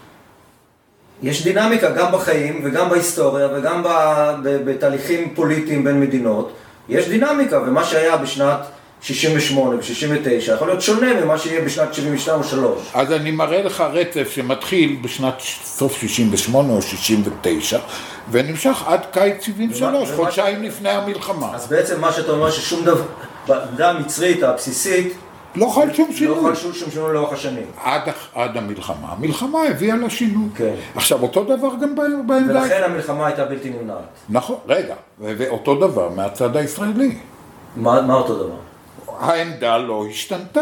יש דינמיקה גם בחיים וגם בהיסטוריה וגם בתהליכים פוליטיים בין מדינות. יש דינמיקה, ומה שהיה בשנת 68 ו-69 יכול להיות שונה ממה שיהיה בשנת 72 או 3. אז אני מראה לך רצף שמתחיל בשנת סוף 68 או 69 ונמשך עד קיץ 73, חודשיים לפני המלחמה. אז בעצם מה שאתה אומר ששום דבר, בעמדה המצרית הבסיסית לא חל שום שינוי. לא חל שום שינוי לאורך השנים. עד המלחמה. המלחמה הביאה לשינוי. כן. עכשיו אותו דבר גם בעמדה. ולכן המלחמה הייתה בלתי נמנעת. נכון, רגע. ואותו דבר מהצד הישראלי. מה אותו דבר? העמדה לא השתנתה.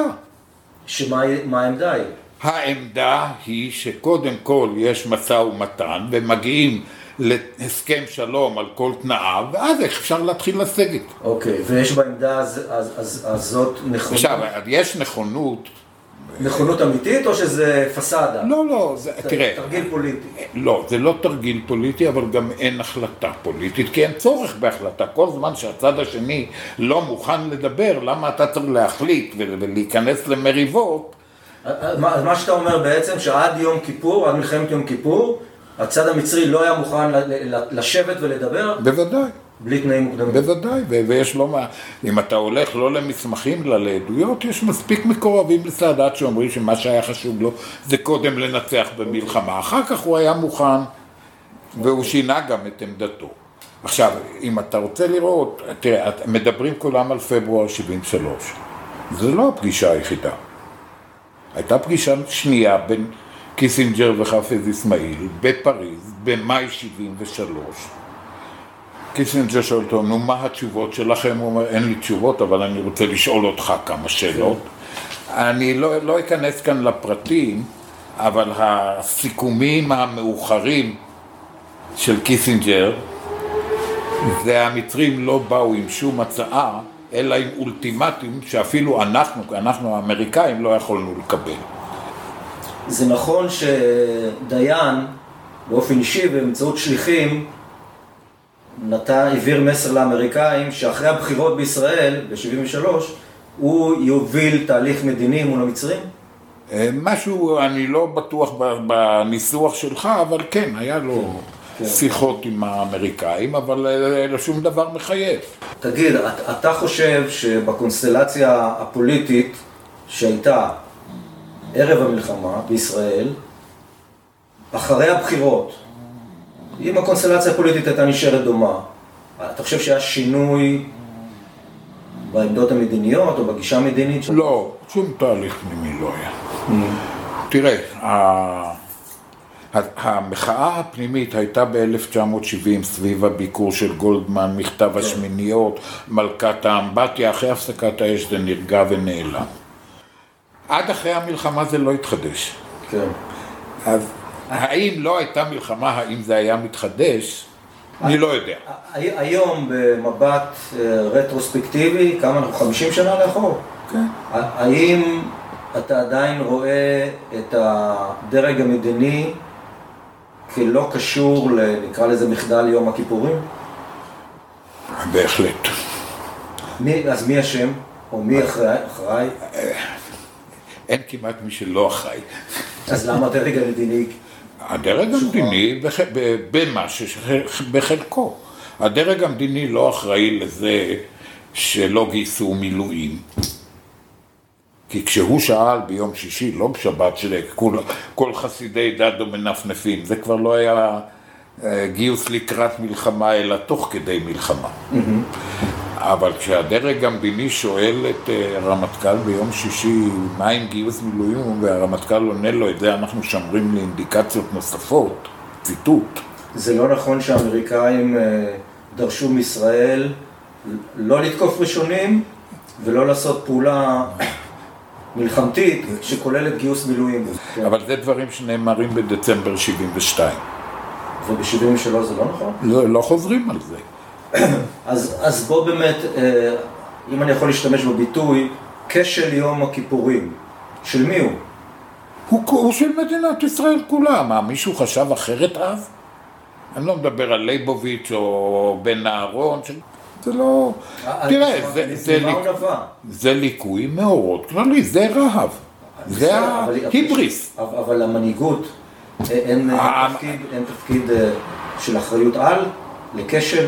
מה העמדה היא? העמדה היא שקודם כל יש משא ומתן ומגיעים להסכם שלום על כל תנאיו, ואז אפשר להתחיל לסגת. אוקיי, ויש בעמדה הזאת נכונות? עכשיו, יש נכונות. נכונות אמיתית או שזה פסאדה? לא, תראה. תרגיל פוליטי. לא, זה לא תרגיל פוליטי, אבל גם אין החלטה פוליטית, כי אין צורך בהחלטה. כל זמן שהצד השני לא מוכן לדבר, למה אתה צריך להחליט ולהיכנס למריבות? מה שאתה אומר בעצם, שעד יום כיפור, עד מלחמת יום כיפור, הצד המצרי לא היה מוכן לשבת ולדבר? בוודאי. בלי תנאים מוקדמים? בוודאי, ויש לא מה, אם אתה הולך לא למסמכים, אלא לעדויות, יש מספיק מקורבים לסאדאת שאומרים שמה שהיה חשוב לו זה קודם לנצח במלחמה. אחר כך הוא היה מוכן, והוא שינה גם את עמדתו. עכשיו, אם אתה רוצה לראות, תראה, מדברים כולם על פברואר 73. זה לא הפגישה היחידה. הייתה פגישה שנייה בין קיסינג'ר וחאפז אסמאעיל בפריז, במאי 73. קיסינג'ר שואל אותו, נו, מה התשובות שלכם? הוא אומר, אין לי תשובות, אבל אני רוצה לשאול אותך כמה שאלות. אני לא אכנס כאן לפרטים, אבל הסיכומים המאוחרים של קיסינג'ר, זה המצרים לא באו עם שום הצעה, אלא עם אולטימטים שאפילו אנחנו האמריקאים לא יכולנו לקבל. זה נכון שדיין, באופן אישי ובאמצעות שליחים, העביר מסר לאמריקאים שאחרי הבחירות בישראל, ב-73, הוא יוביל תהליך מדיני מול המצרים? משהו, אני לא בטוח בניסוח שלך, אבל כן, היה לו שיחות עם האמריקאים, אבל לשום דבר מחייב. תגיד, אתה חושב שבקונסטלציה הפוליטית שהייתה ערב המלחמה בישראל, אחרי הבחירות, אם הקונסטלציה הפוליטית הייתה נשארת דומה, אתה חושב שהיה שינוי בעמדות המדיניות או בגישה המדינית? לא, שום תהליך פנימי לא היה. תראה, המחאה הפנימית הייתה ב-1970 סביב הביקור של גולדמן, מכתב השמיניות, מלכת האמבטיה, אחרי הפסקת האש זה נרגע ונעלם. עד אחרי המלחמה זה לא התחדש. כן. אז האם לא הייתה מלחמה, האם זה היה מתחדש? אני לא יודע. היום במבט רטרוספקטיבי, כמה אנחנו 50 שנה לאחור? כן. האם אתה עדיין רואה את הדרג המדיני כלא קשור, נקרא לזה מחדל יום הכיפורים? בהחלט. אז מי אשם? או מי אחראי? אין כמעט מי שלא אחראי. אז למה הדרג המדיני? הדרג המדיני בחלקו. הדרג המדיני לא אחראי לזה שלא גייסו מילואים. כי כשהוא שאל ביום שישי, לא בשבת, כל חסידי דדו מנפנפים, זה כבר לא היה גיוס לקראת מלחמה, אלא תוך כדי מלחמה. אבל כשהדרג המדיני שואל את הרמטכ"ל ביום שישי, מה עם גיוס מילואים, והרמטכ"ל עונה לו, את זה אנחנו שמרים לאינדיקציות נוספות, ציטוט. זה לא נכון שהאמריקאים דרשו מישראל לא לתקוף ראשונים ולא לעשות פעולה מלחמתית שכוללת גיוס מילואים. אבל זה דברים שנאמרים בדצמבר 72. וב-73 זה לא נכון? לא חוזרים על זה. אז בוא באמת, אם אני יכול להשתמש בביטוי, כשל יום הכיפורים, של מי הוא? הוא של מדינת ישראל כולה. מה, מישהו חשב אחרת אז? אני לא מדבר על ליבוביץ' או בן אהרון, זה לא... תראה, זה ליקוי מאורות כללי, זה רהב, זה ההיבריס. אבל המנהיגות, אין תפקיד של אחריות על, לכשל?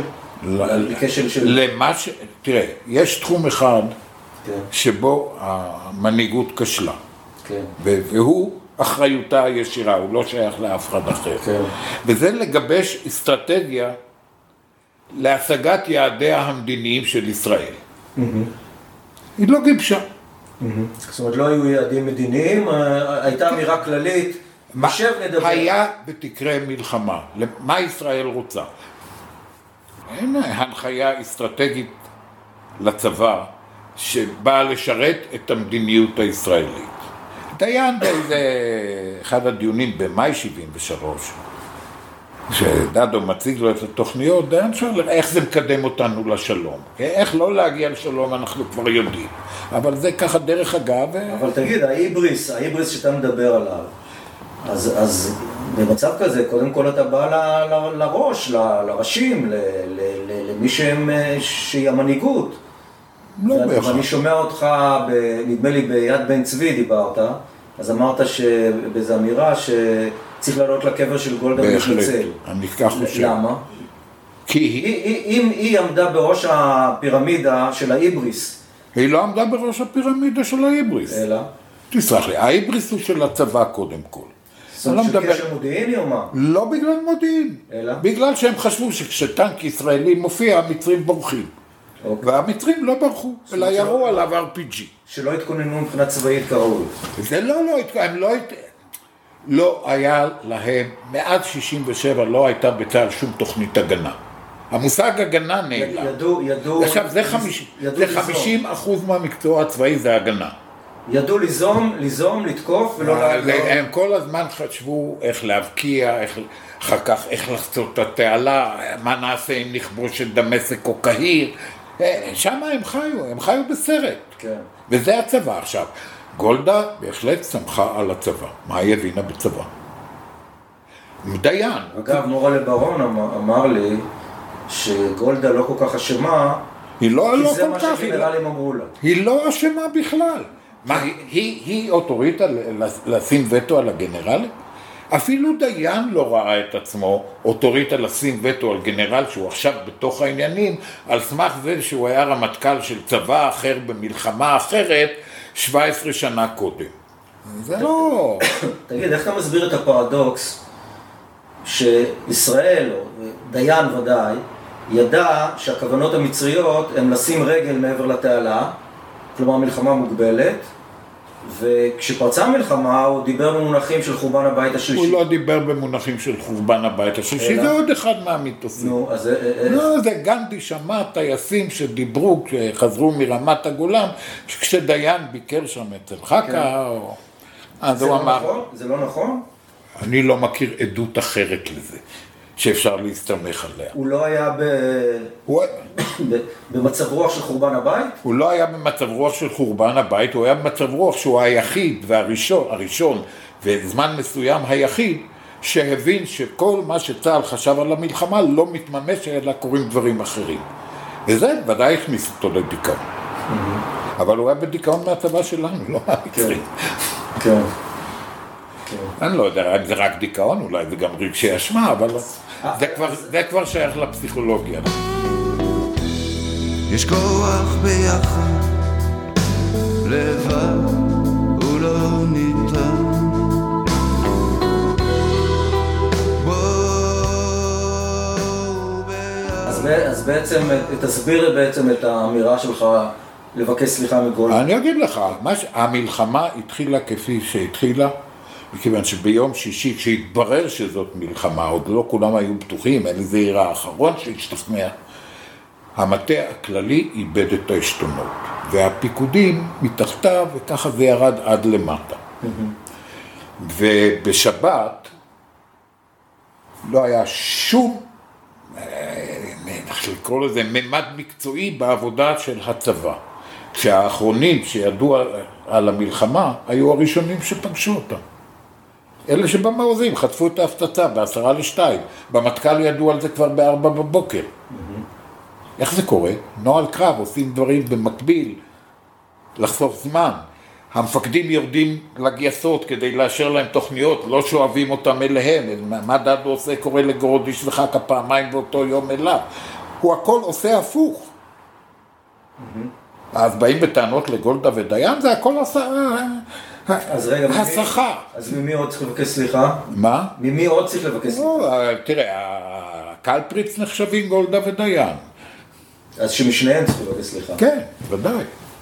תראה, יש תחום אחד שבו המנהיגות כשלה, והוא אחריותה הישירה, הוא לא שייך לאף אחד אחר. וזה לגבש אסטרטגיה להשגת יעדיה המדיניים של ישראל. היא לא גיבשה. זאת אומרת, לא היו יעדים מדיניים, הייתה אמירה כללית, נשב נדבר. היה ותקרה מלחמה. מה ישראל רוצה? אין הנחיה אסטרטגית לצבא שבאה לשרת את המדיניות הישראלית. דיין באיזה אחד הדיונים במאי 73, שדדו מציג לו את התוכניות, דיין שואל איך זה מקדם אותנו לשלום. איך לא להגיע לשלום אנחנו כבר יודעים. אבל זה ככה דרך אגב. אבל תגיד, ההיבריס שאתה מדבר עליו, אז במצב כזה, קודם כל אתה בא לראש, לראשים, למי שהיא המנהיגות. ואני שומע אותך, נדמה לי ביד בן צבי דיברת, אז אמרת שבאיזו אמירה שצריך לעלות לקבר של גולדה ולהתנצל. אני כך חושב. למה? כי אם היא עמדה בראש הפירמידה של ההיבריס. היא לא עמדה בראש הפירמידה של ההיבריס. אלא? תסלח לי, ההיבריס הוא של הצבא קודם כל. זאת של קשר מודיעיני או מה? לא בגלל מודיעין. אלא? בגלל שהם חשבו שכשטנק ישראלי מופיע, המצרים בורחים. והמצרים לא ברחו, אלא ירו עליו RPG. שלא התכוננו מבחינת צבאית כראוי. זה לא היה להם, מאז 67 לא הייתה בצה"ל שום תוכנית הגנה. המושג הגנה נעלם. ידעו... עכשיו, זה 50% מהמקצוע הצבאי, זה הגנה. ידעו ליזום, לתקוף ולא להגור. הם כל הזמן חשבו איך להבקיע, אחר כך איך לחצות את התעלה, מה נעשה אם נכבוש את דמשק או קהיר. שם הם חיו בסרט. כן. וזה הצבא עכשיו. גולדה בהחלט שמחה על הצבא. מה היא הבינה בצבא? דיין. אגב, מורה לברון אמר לי שגולדה לא כל כך אשמה, כי זה מה שגנרלים אמרו לה. היא לא אשמה בכלל. מה, היא אוטוריטה לשים וטו על הגנרלים? אפילו דיין לא ראה את עצמו אוטוריטה לשים וטו על גנרל שהוא עכשיו בתוך העניינים, על סמך זה שהוא היה רמטכ"ל של צבא אחר במלחמה אחרת 17 שנה קודם. זה לא... תגיד, איך אתה מסביר את הפרדוקס שישראל, דיין ודאי, ידע שהכוונות המצריות הם לשים רגל מעבר לתעלה, כלומר מלחמה מוגבלת, וכשפרצה המלחמה הוא דיבר במונחים של חורבן הבית השלישי. הוא לא דיבר במונחים של חורבן הבית השלישי, זה עוד אחד מהמיתוסים. נו, אז... לא, זה גנדי שמע טייסים שדיברו כשחזרו מרמת הגולן, כשדיין ביקר שם אצל חכה, אז הוא אמר... זה לא נכון? אני לא מכיר עדות אחרת לזה, שאפשר להסתמך עליה. הוא לא היה במצב רוח של חורבן הבית? הוא לא היה במצב רוח של חורבן הבית, הוא היה במצב רוח שהוא היחיד והראשון, וזמן מסוים היחיד, שהבין שכל מה שצה"ל חשב על המלחמה לא מתממש, אלא קורים דברים אחרים. וזה ודאי הכניס אותו לדיכאון. אבל הוא היה בדיכאון מהצבא שלנו, לא מהמצרים. כן. אני לא יודע, זה רק דיכאון, אולי זה גם רגשי אשמה, אבל זה כבר שייך לפסיכולוגיה. יש כוח ביחד לבד בעצם, תסביר בעצם את האמירה שלך לבקש סליחה מגולדה. אני אגיד לך, המלחמה התחילה כפי שהתחילה, מכיוון שביום שישי, כשהתברר שזאת מלחמה, עוד לא כולם היו בטוחים, אין איזה עיר האחרון שהשתכנע, המטה הכללי איבד את העשתונות, והפיקודים מתחתיו, וככה זה ירד עד למטה. ובשבת לא היה שום, איך לקרוא לזה, ממד מקצועי בעבודה של הצבא. כשהאחרונים שידעו על המלחמה, היו הראשונים שפגשו אותם. אלה שבמעוזים חטפו את ההפצצה ב1:50. במטכ"ל ידעו על זה כבר ב4 בבוקר. איך זה קורה? נוהל קרב, עושים דברים במקביל, לחסוך זמן. המפקדים יורדים לגייסות כדי לאשר להם תוכניות, לא שואבים אותם אליהם. מה דדו עושה? קורא לגרודיש וחכה פעמיים באותו יום אליו. הוא הכל עושה הפוך. אז באים בטענות לגולדה ודיין, זה הכל הסחה. אז ממי עוד צריך לבקש סליחה? מה? ממי עוד צריך לבקש סליחה? תראה, הקלפריץ נחשבים גולדה ודיין. אז שמשניהם צריך לבקש סליחה. כן, ודאי.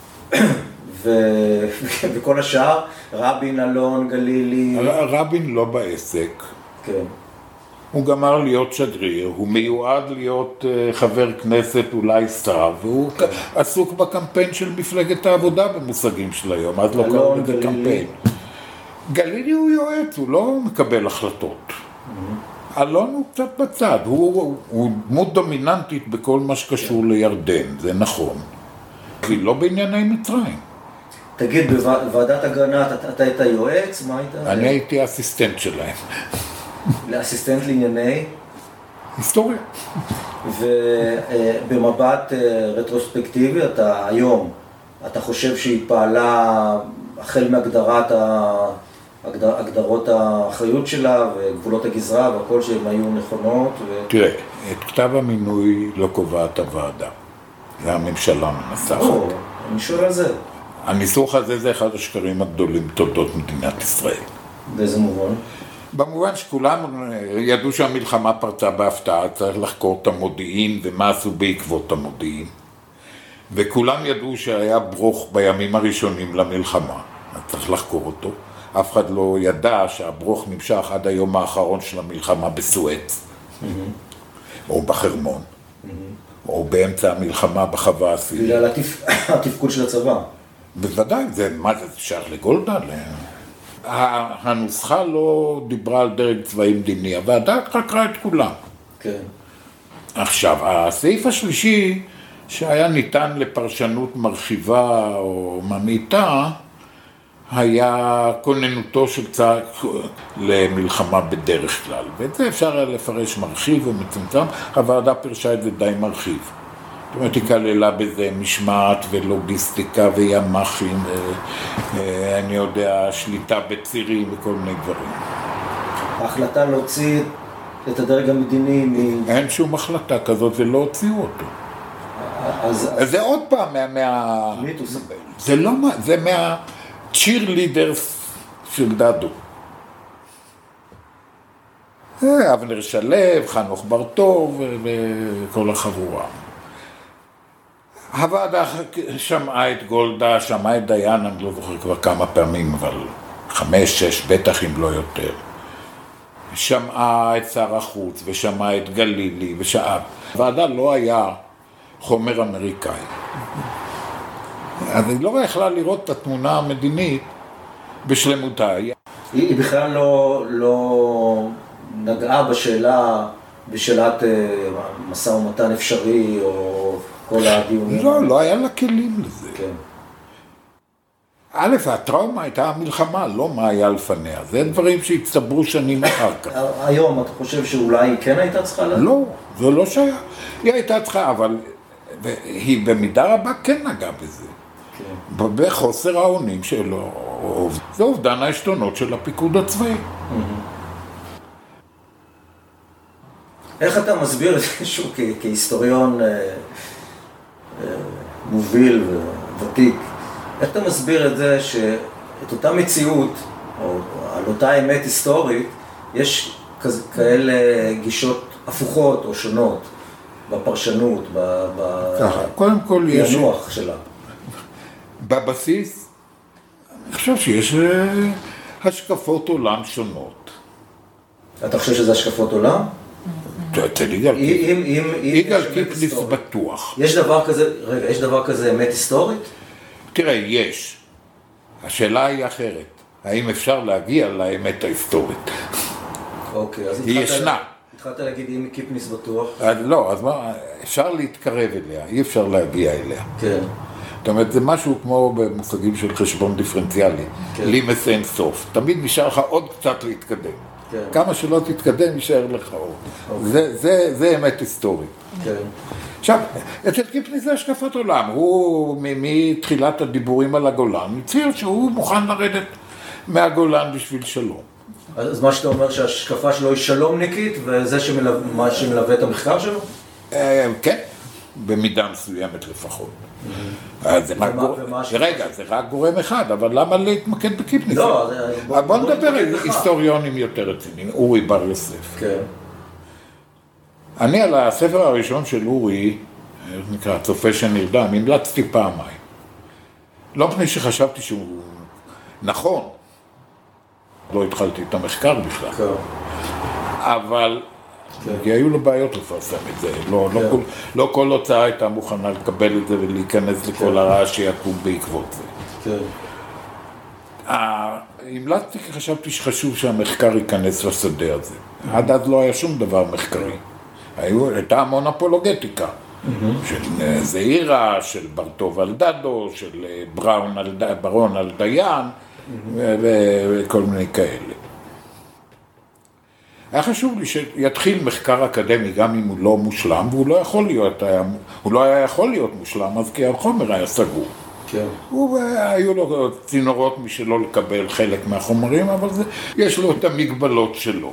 וכל השאר, רבין, אלון, גלילי... רבין לא בעסק. כן. הוא גמר להיות שגריר, הוא מיועד להיות חבר כנסת, אולי שר, והוא עסוק בקמפיין של מפלגת העבודה במושגים של היום, אז לא קוראים לזה קמפיין. גלילי הוא יועץ, הוא לא מקבל החלטות. אלון הוא קצת בצד, הוא דמות דומיננטית בכל מה שקשור לירדן, זה נכון. כי לא בענייני מצרים. תגיד, בוועדת אגרנט אתה היית יועץ? מה היית? אני הייתי אסיסטנט שלהם. לאסיסטנט לענייני? היסטוריה. ובמבט רטרוספקטיבי, אתה היום, אתה חושב שהיא פעלה החל מהגדרת הגדרות האחריות שלה וגבולות הגזרה והכל שהן היו נכונות? תראה, את כתב המינוי לא קובעת הוועדה. זה הממשלה מנסחת. אני שואל על זה. הניסוח הזה זה אחד השקרים הגדולים בתולדות מדינת ישראל. באיזה מובן? במובן שכולם ידעו שהמלחמה פרצה בהפתעה, צריך לחקור את המודיעין ומה עשו בעקבות המודיעין. וכולם ידעו שהיה ברוך בימים הראשונים למלחמה, אז צריך לחקור אותו. אף אחד לא ידע שהברוך נמשך עד היום האחרון של המלחמה בסואץ, או בחרמון, או באמצע המלחמה בחווה הסינית. בגלל התפקוד של הצבא. בוודאי, מה זה שייך לגולדה? הנוסחה לא דיברה על דרג צבאי מדיני, הוועדה חקרה את כולם. כן. עכשיו, הסעיף השלישי שהיה ניתן לפרשנות מרחיבה או ממעיטה, היה כוננותו של צה"ל למלחמה בדרך כלל. ואת זה אפשר לפרש מרחיב ומצומצם, הוועדה פרשה את זה די מרחיב. זאת אומרת, היא כללה בזה משמעת ולוגיסטיקה וימ"חים, אני יודע, שליטה בצירים וכל מיני דברים. ההחלטה להוציא את הדרג המדיני אין שום החלטה כזאת ולא הוציאו אותו. זה עוד פעם מיתוס. זה לא, זה מהצ'ירלידרס של דדו. אבנר שלו, חנוך בר-טוב וכל החבורה. הוועדה שמעה את גולדה, שמעה את דיין, אני לא זוכר כבר כמה פעמים, אבל 5-6 בטח אם לא יותר. שמעה את שר החוץ ושמעה את גלילי ושעה. הוועדה לא היה חומר אמריקאי. אז היא לא יכלה לראות את התמונה המדינית בשלמותה. היא בכלל לא נגעה בשאלת משא ומתן אפשרי או כל הדיונים. לא היה לה כלים לזה. כן. א', הטראומה הייתה המלחמה, לא מה היה לפניה. זה דברים שהצטברו שנים אחר כך. היום אתה חושב שאולי היא כן הייתה צריכה לדעת? לא, זה לא שהיה. היא הייתה צריכה, אבל היא במידה רבה כן נגעה בזה. כן. בחוסר האונים שלו. זה אובדן העשתונות של הפיקוד הצבאי. איך אתה מסביר את זה שהוא כהיסטוריון מוביל וותיק, איך אתה מסביר את זה שאת אותה מציאות, או על אותה אמת היסטורית, יש כאלה גישות הפוכות או שונות? בפרשנות, קודם כל יש... בינוח שלה. בבסיס, אני חושב שיש השקפות עולם שונות. אתה חושב שזה השקפות עולם? אצל יגאל קיפניס בטוח. יש דבר כזה אמת היסטורית? תראה, יש. השאלה היא אחרת. האם אפשר להגיע לאמת ההיסטורית? אוקיי, אז היא ישנה. התחלת להגיד אם קיפניס בטוח? לא, אז מה, אפשר להתקרב אליה, אי אפשר להגיע אליה. כן. זאת אומרת, זה משהו כמו במושגים של חשבון דיפרנציאלי. לימס אין סוף. תמיד נשאר לך עוד קצת להתקדם. כמה שלא תתקדם, יישאר לך עוד. זה אמת היסטורית. עכשיו, אצל קיפניס זה השקפת עולם. הוא מתחילת הדיבורים על הגולן, הצהיר שהוא מוכן לרדת מהגולן בשביל שלום. אז מה שאתה אומר שהשקפה שלו היא שלומניקית, וזה מה שמלווה את המחקר שלו? כן, במידה מסוימת לפחות. רגע, זה רק גורם אחד, אבל למה להתמקד בקיפניס? לא, בוא נדבר על היסטוריונים יותר רציניים, אורי בר יוסף. כן. אני על הספר הראשון של אורי, נקרא צופה שנרדם, המלצתי פעמיים. לא מפני שחשבתי שהוא נכון, לא התחלתי את המחקר בכלל. אבל כי היו לו בעיות לפרסם את זה, לא כל הוצאה הייתה מוכנה לקבל את זה ולהיכנס לכל הרעש שיקום בעקבות זה. המלצתי כי חשבתי שחשוב שהמחקר ייכנס לשדה הזה. עד אז לא היה שום דבר מחקרי. הייתה המון אפולוגטיקה, של זעירה, של ברטוב על דדו, של ברון על דיין, וכל מיני כאלה. היה חשוב לי שיתחיל מחקר אקדמי גם אם הוא לא מושלם, והוא לא היה יכול להיות מושלם, אז כי החומר היה סגור. כן. היו לו צינורות משלו לקבל חלק מהחומרים, אבל יש לו את המגבלות שלו.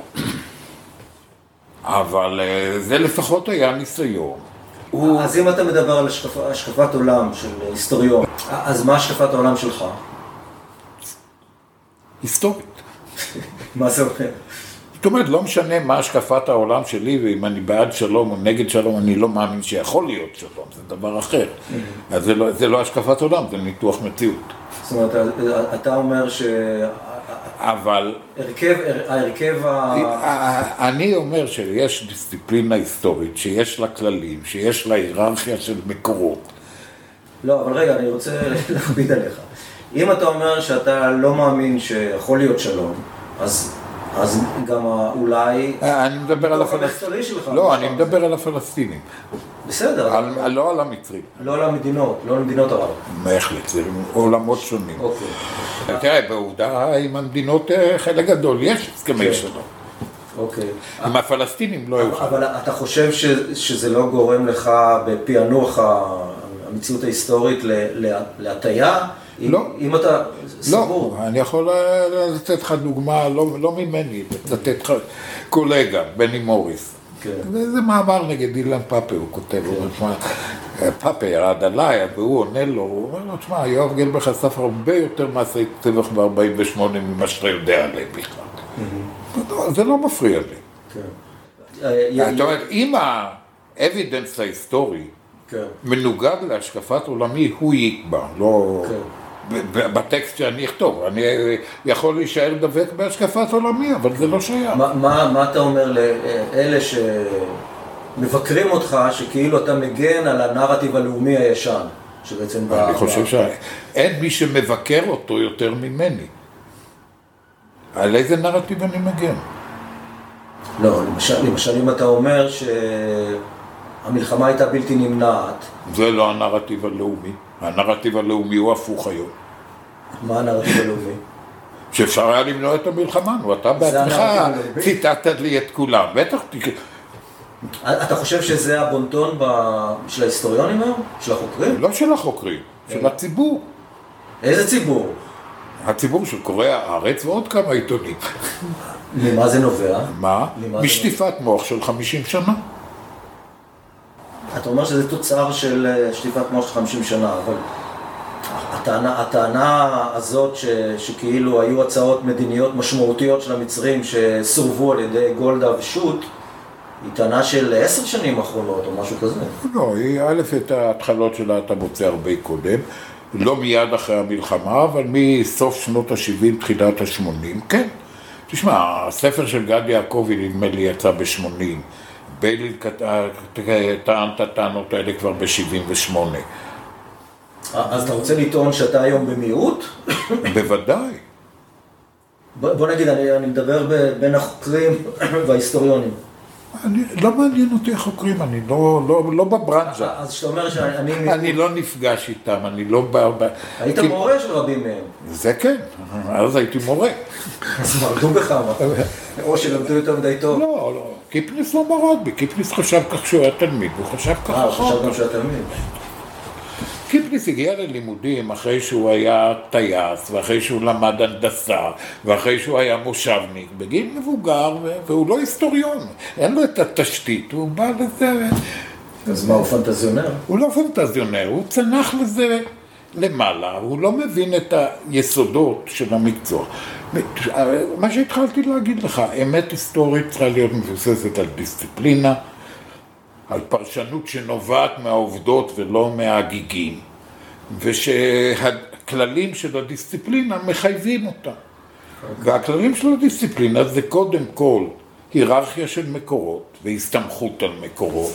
אבל זה לפחות היה ניסיון. אז אם אתה מדבר על השקפת עולם של היסטוריון, אז מה השקפת העולם שלך? היסטורית. מה זה אומר? זאת אומרת, לא משנה מה השקפת העולם שלי, ואם אני בעד שלום או נגד שלום, אני לא מאמין שיכול להיות שלום, זה דבר אחר. אז זה לא השקפת עולם, זה ניתוח מציאות. זאת אומרת, אתה אומר ש... אבל... ההרכב אני אומר שיש דיסציפלינה היסטורית, שיש לה כללים, שיש לה היררכיה של מקורות. לא, אבל רגע, אני רוצה להכביד עליך. אם אתה אומר שאתה לא מאמין שיכול להיות שלום, אז גם אולי... אני מדבר על הפלסטינים. לא, אני מדבר על הפלסטינים. בסדר. לא על המצרים. לא על המדינות, לא על מדינות ערב. בהחלט, זה עולמות שונים. אוקיי. תראה, בעובדה עם המדינות חלק גדול, יש הסכמי שלום. אוקיי. עם הפלסטינים לא יוכל. אבל אתה חושב שזה לא גורם לך בפענוח המציאות ההיסטורית להטיה? לא. אם אתה סבור. לא, אני יכול לתת לך דוגמה, לא ממני, לתת לך קולגה, בני מוריס. זה מאמר נגד אילן פאפה, הוא כותב, הוא אומר, פאפה ירד עליי, והוא עונה לו, הוא אומר לו, תשמע, יואב גלבר חשף הרבה יותר מעשי טבח ב-48 ממה שאתה יודע עליהם בכלל. זה לא מפריע לי. זאת אומרת, אם האבידנס ההיסטורי מנוגד להשקפת עולמי, הוא יקבע, לא... בטקסט שאני אכתוב, אני יכול להישאר דבק בהשקפת עולמי, אבל זה לא שייך. מה אתה אומר לאלה שמבקרים אותך, שכאילו אתה מגן על הנרטיב הלאומי הישן, שבעצם... אני חושב שאין מי שמבקר אותו יותר ממני. על איזה נרטיב אני מגן? לא, למשל אם אתה אומר שהמלחמה הייתה בלתי נמנעת. זה לא הנרטיב הלאומי. הנרטיב הלאומי הוא הפוך היום. מה הנרטיב הלאומי? שאפשר היה למנוע את המלחמה, ואתה בעצמך ציטטת לי את כולם. בטח... אתה חושב שזה הבונטון של ההיסטוריונים היום? של החוקרים? לא של החוקרים, של הציבור. איזה ציבור? הציבור של קורא הארץ ועוד כמה עיתונים. ממה זה נובע? מה? משטיפת מוח של 50 שנה. אתה אומר שזה תוצר של שטיפת מוח של 50 שנה, אבל הטענה הזאת שכאילו היו הצעות מדיניות משמעותיות של המצרים שסורבו על ידי גולדה ושות, היא טענה של 10 שנים אחרונות או משהו כזה. לא, היא א' את ההתחלות שלה אתה מוצא הרבה קודם, לא מיד אחרי המלחמה, אבל מסוף שנות ה-70, תחילת ה-80, כן. תשמע, הספר של גד יעקבי נדמה לי יצא ב-80, בייליל טען את הטענות האלה כבר ב-78. אז אתה רוצה לטעון שאתה היום במיעוט? בוודאי. בוא נגיד, אני מדבר בין החוקרים וההיסטוריונים. לא מעניין אותי החוקרים, אני לא בברנז'ה. אז שאתה אומר שאני... אני לא נפגש איתם, אני לא בא... היית מורה של רבים מהם. זה כן, אז הייתי מורה. אז מרדו בך, או שלמדו יותר מדי טוב. לא, קיפניס לא מרד בי, קיפניס חשב כך שהוא היה תלמיד, הוא חשב כך אחר. חשב גם שהוא היה תלמיד. קיפניס הגיע ללימודים אחרי שהוא היה טייס, ואחרי שהוא למד הנדסה, ואחרי שהוא היה מושבניק, בגיל מבוגר, והוא לא היסטוריון, אין לו את התשתית, הוא בא לזה... אז מה, הוא פנטזיונר? הוא לא פנטזיונר, הוא צנח לזה למעלה, הוא לא מבין את היסודות של המקצוע. מה שהתחלתי להגיד לך, אמת היסטורית צריכה להיות מבוססת על דיסציפלינה, על פרשנות שנובעת מהעובדות ולא מהגיגים, ושהכללים של הדיסציפלינה מחייבים אותה. והכללים של הדיסציפלינה זה קודם כל היררכיה של מקורות והסתמכות על מקורות,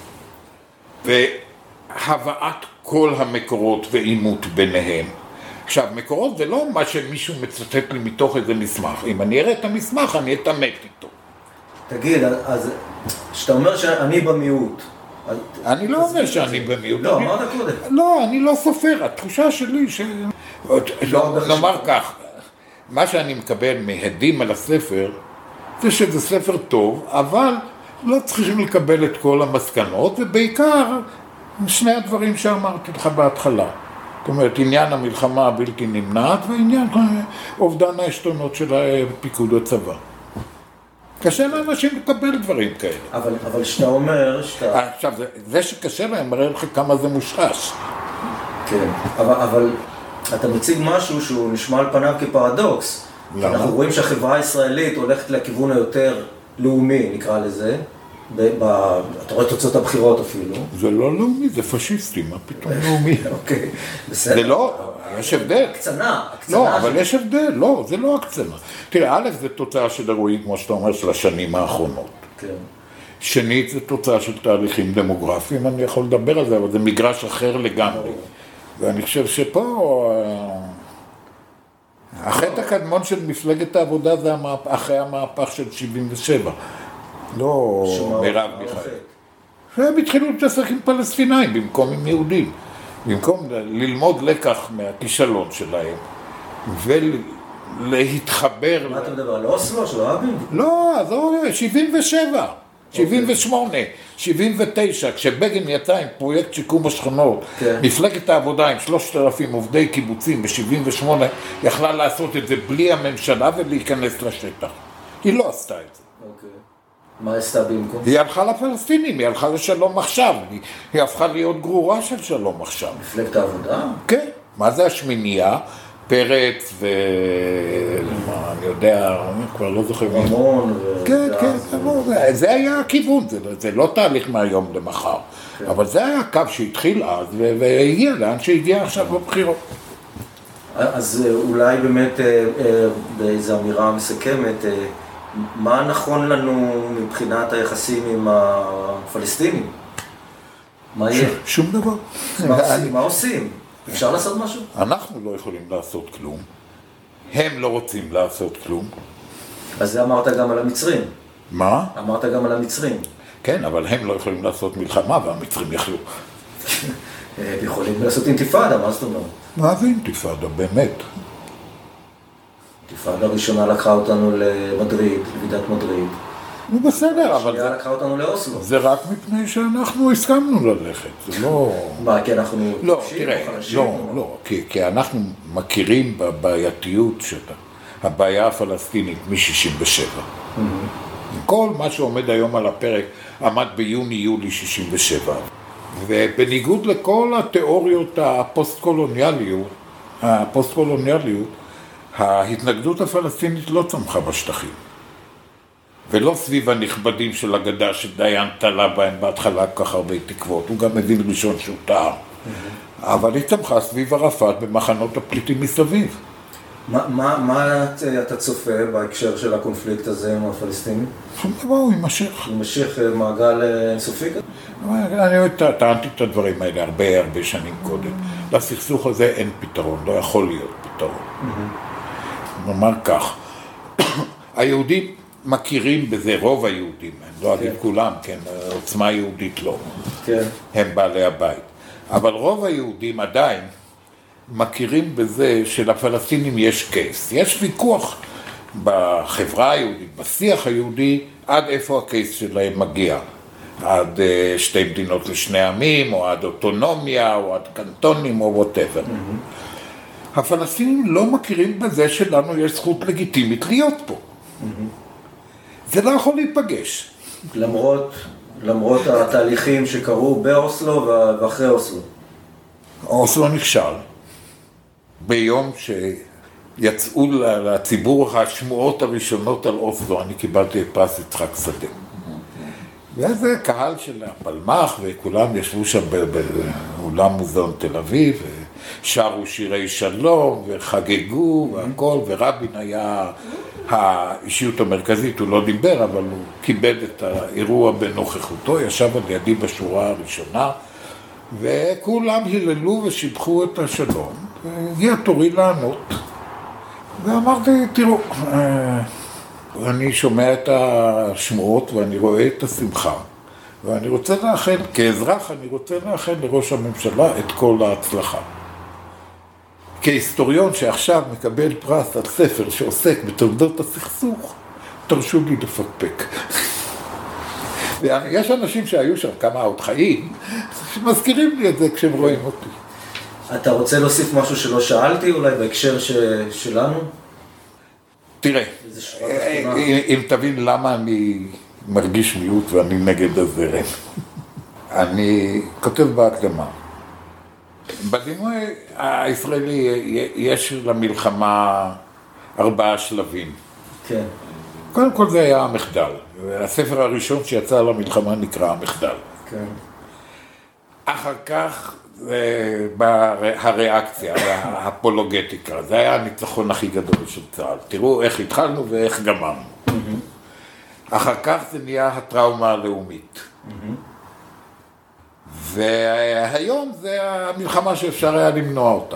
והבאת כל המקורות ואימות ביניהם. עכשיו, מקורות זה לא מה שמישהו מצטט לי מתוך איזה מסמך. אם אני אראה את המסמך, אני אתאמת איתו. תגיד, אז שאתה אומר שאני במיעוט. אני לא אומר שאני במיעוט. לא, אמרת קודם. לא, אני לא סופר. התחושה שלי נאמר כך, מה שאני מקבל מהדים על הספר, זה שזה ספר טוב, אבל לא צריכים לקבל את כל המסקנות, ובעיקר שני הדברים שאמרתי לך בהתחלה. זאת אומרת, עניין המלחמה הבלתי נמנעת, ועניין אובדן העשתונות של פיקוד הצבא. קשה לאנשים לקבל דברים כאלה. אבל שאתה אומר שאתה... עכשיו, זה שקשה להם מראה לך כמה זה מושרש. כן, אבל אתה מציג משהו שהוא נשמע על פניו כפרדוקס. אנחנו רואים שהחברה הישראלית הולכת לכיוון היותר לאומי, נקרא לזה. אתה רואה תוצאות הבחירות אפילו. זה לא לאומי, זה פשיסטי, מה פתאום לאומי? אוקיי, בסדר. זה לא, יש הבדל. הקצנה. לא, אבל יש הבדל, לא, זה לא הקצנה. תראה, א' זה תוצאה של אירועים, כמו שאתה אומר, של השנים האחרונות. כן. שנית, זה תוצאה של תהליכים דמוגרפיים, אני יכול לדבר על זה, אבל זה מגרש אחר לגמרי. ואני חושב שפה, החטא הקדמון של מפלגת העבודה זה אחרי המהפך של 77. לא מרב מיכאל. והם התחילו להתעסק עם פלסטינאים במקום עם יהודים. במקום ללמוד לקח מהכישלון שלהם ולהתחבר... מה אתה מדבר? על אוסלו של רבין? לא, זה 77, 78, 79, כשבגין יצא עם פרויקט שיקום השכונות, מפלגת העבודה עם 3,000 עובדי קיבוצים ב-78 יכלה לעשות את זה בלי הממשלה ולהיכנס לשטח. היא לא עשתה את זה. אוקיי. מה עשתה במקום? היא הלכה לפלסטינים, היא הלכה לשלום עכשיו, היא הפכה להיות גרורה של שלום עכשיו. מפלגת העבודה? כן. מה זה השמינייה? פרץ אני יודע, אני כבר לא זוכר. רמון כן, זה היה הכיוון, זה לא תהליך מהיום למחר. אבל זה היה הקו שהתחיל אז, והגיע לאן שהגיע עכשיו בבחירות. אז אולי באמת באיזו אמירה מסכמת, מה נכון לנו מבחינת היחסים עם הפלסטינים? מה יהיה? שום דבר. מה עושים? אפשר לעשות משהו? אנחנו לא יכולים לעשות כלום. הם לא רוצים לעשות כלום. אז זה אמרת גם על המצרים. מה? אמרת גם על המצרים. כן, אבל הם לא יכולים לעשות מלחמה והמצרים יכלו. יכולים לעשות אינתיפאדה, מה זאת אומרת? מה זה אינתיפאדה? באמת. אינתיפאדה הראשונה לקחה אותנו למדריד, לוועידת מדריד. נו בסדר, אבל השנייה לקחה אותנו לאוסלו. זה רק מפני שאנחנו הסכמנו ללכת, זה לא... מה, כי אנחנו... לא, תראה, לא, כי אנחנו מכירים בבעייתיות שלה, הבעיה הפלסטינית מ-67. כל מה שעומד היום על הפרק עמד ביוני-יולי 67. ובניגוד לכל התיאוריות הפוסט-קולוניאליות, ההתנגדות הפלסטינית לא צמחה בשטחים. ולא סביב הנכבדים של הגדה שדיין תלה בהם בהתחלה כך הרבה תקוות, הוא גם מבין ראשון שהוא טעה. אבל היא צמחה סביב ערפאת במחנות הפליטים מסביב. מה אתה צופה בהקשר של הקונפליקט הזה עם הפלסטינים? שום דבר, הוא יימשך. יימשך מעגל אינסופי? אני טענתי את הדברים האלה הרבה שנים קודם. לסכסוך הזה אין פתרון, לא יכול להיות פתרון. נאמר כך, היהודים מכירים בזה, רוב היהודים, הם לא אגיד כולם, כן, עוצמה יהודית לא, הם בעלי הבית. אבל רוב היהודים עדיין מכירים בזה שלפלסטינים יש קייס. יש ויכוח בחברה היהודית, בשיח היהודי, עד איפה הקייס שלהם מגיע. עד שתי מדינות לשני עמים, או עד אוטונומיה, או עד קנטונים, או whatever. הפלסטינים לא מכירים בזה שלנו יש זכות לגיטימית להיות פה. זה לא יכול להיפגש. למרות התהליכים שקרו באוסלו ואחרי אוסלו. אוסלו נכשל. ביום שיצאו לציבור השמועות הראשונות על אוסלו, אני קיבלתי את פרס יצחק שדה. וזה קהל של הפלמ"ח, וכולם ישבו שם באולם מוזיאון תל אביב, שרו שירי שלום, וחגגו, והכל, ורבין היה האישיות המרכזית, הוא לא דיבר, אבל הוא כיבד את האירוע בנוכחותו, ישב על ידי בשורה הראשונה, וכולם היללו ושיבחו את השלום, והגיע תורי לענות, ואמרתי, תראו, אני שומע את השמועות ואני רואה את השמחה, ואני רוצה לאחל, כאזרח אני רוצה לאחל לראש הממשלה את כל ההצלחה. כהיסטוריון שעכשיו מקבל פרס על ספר שעוסק בתולדות הסכסוך, תרשו לי לפקפק. יש אנשים שהיו שם כמה עוד חיים, שמזכירים לי את זה כשהם רואים אותי. אתה רוצה להוסיף משהו שלא שאלתי, אולי בהקשר שלנו? תראה, אם תבין למה אני מרגיש מיעוט ואני נגד הזרם. אני כותב בהקדמה. בדימוי הישראלי יש למלחמה 4 שלבים. כן. קודם כל זה היה המחדל. הספר הראשון שיצא למלחמה נקרא המחדל. כן. אחר כך באה הריאקציה, הפולוגטיקה. זה היה הניצחון הכי גדול של צה"ל. תראו איך התחלנו ואיך גמרנו. אחר כך זה נהיה הטראומה הלאומית. והיום זה המלחמה שאפשר היה למנוע אותה.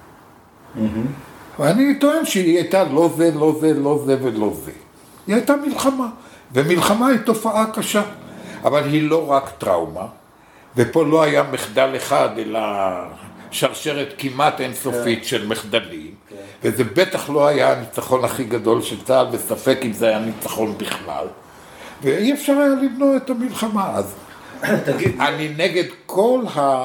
ואני טוען שהיא הייתה לא זה, לא זה, לא זה ולא זה. היא הייתה מלחמה, ומלחמה היא תופעה קשה, אבל היא לא רק טראומה, ופה לא היה מחדל אחד, אלא שרשרת כמעט אינסופית של מחדלים, וזה בטח לא היה הניצחון הכי גדול של צה"ל, וספק אם זה היה ניצחון בכלל, ואי אפשר היה למנוע את המלחמה. אז אני נגד כל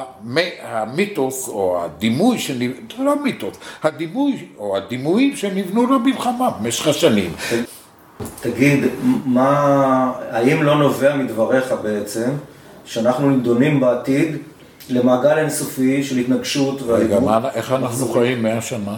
המיתוס או הדימוי, לא מיתוס, הדימוי או הדימויים שנבנו למלחמה במשך השנים. תגיד, האם לא נובע מדבריך בעצם, שאנחנו נידונים בעתיד למעגל אינסופי של התנגשות ואלימות? איך אנחנו חיים 100 שנה?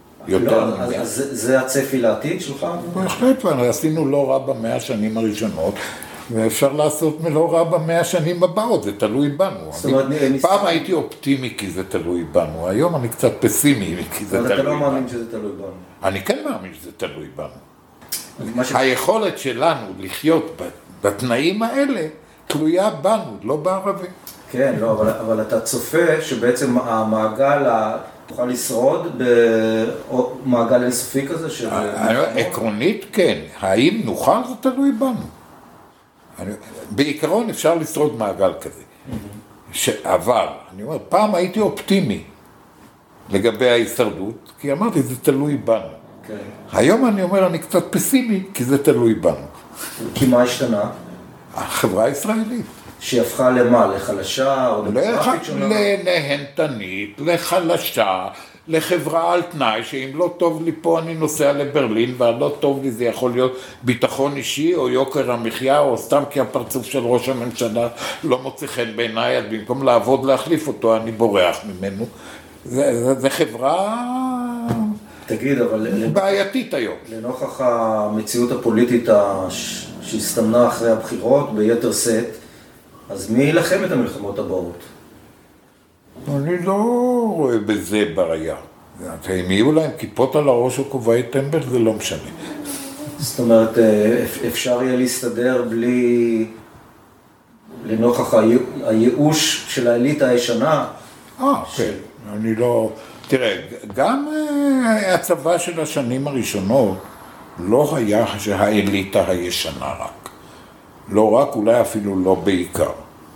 אז זה הצפי לעתיד שלך? בהחלט, ועשינו לא רע ב100 שנים הראשונות, ואפשר לעשות לא רע ב100 שנים הבאות, זה תלוי בנו. פעם הייתי אופטימי כי זה תלוי בנו, היום אני קצת פסימי כי זה תלוי בנו. אבל אתה לא מאמין שזה תלוי בנו. אני כן מאמין שזה תלוי בנו. היכולת שלנו לחיות בתנאים האלה תלויה בנו, לא בערבים. כן, לא, אבל אתה צופה שבעצם המעגל תוכל לשרוד במעגל אינסופי כזה? עקרונית כן, האם נוכל זה תלוי בנו. בעיקרון אפשר לשרוד מעגל כזה. אבל, אני אומר, פעם הייתי אופטימי לגבי ההישרדות, כי אמרתי זה תלוי בנו. היום אני אומר אני קצת פסימי, כי זה תלוי בנו. כי מה השתנה? החברה הישראלית. שהיא הפכה למה? לחלשה או דמוקרטית שונה? לנהנתנית, לחלשה, לחברה על תנאי, שאם לא טוב לי פה אני נוסע לברלין, והלא טוב לי זה יכול להיות ביטחון אישי או יוקר המחיה, או סתם כי הפרצוף של ראש הממשלה לא מוצא חן בעיניי, אז במקום לעבוד להחליף אותו אני בורח ממנו. זה חברה תגיד, אבל בעייתית היום. לנוכח המציאות הפוליטית שהסתמנה אחרי הבחירות ביתר סט, אז מי ילחם את המלחמות הבאות? אני לא רואה בזה בעיה. אם יהיו להם כיפות על הראש או כובעי טמבל, זה לא משנה. זאת אומרת, אפשר יהיה להסתדר בלי... לנוכח הייאוש של האליטה הישנה? כן. אני לא... תראה, גם הצבא של השנים הראשונות לא היה שהאליטה הישנה רק. לא רק, אולי אפילו לא בעיקר.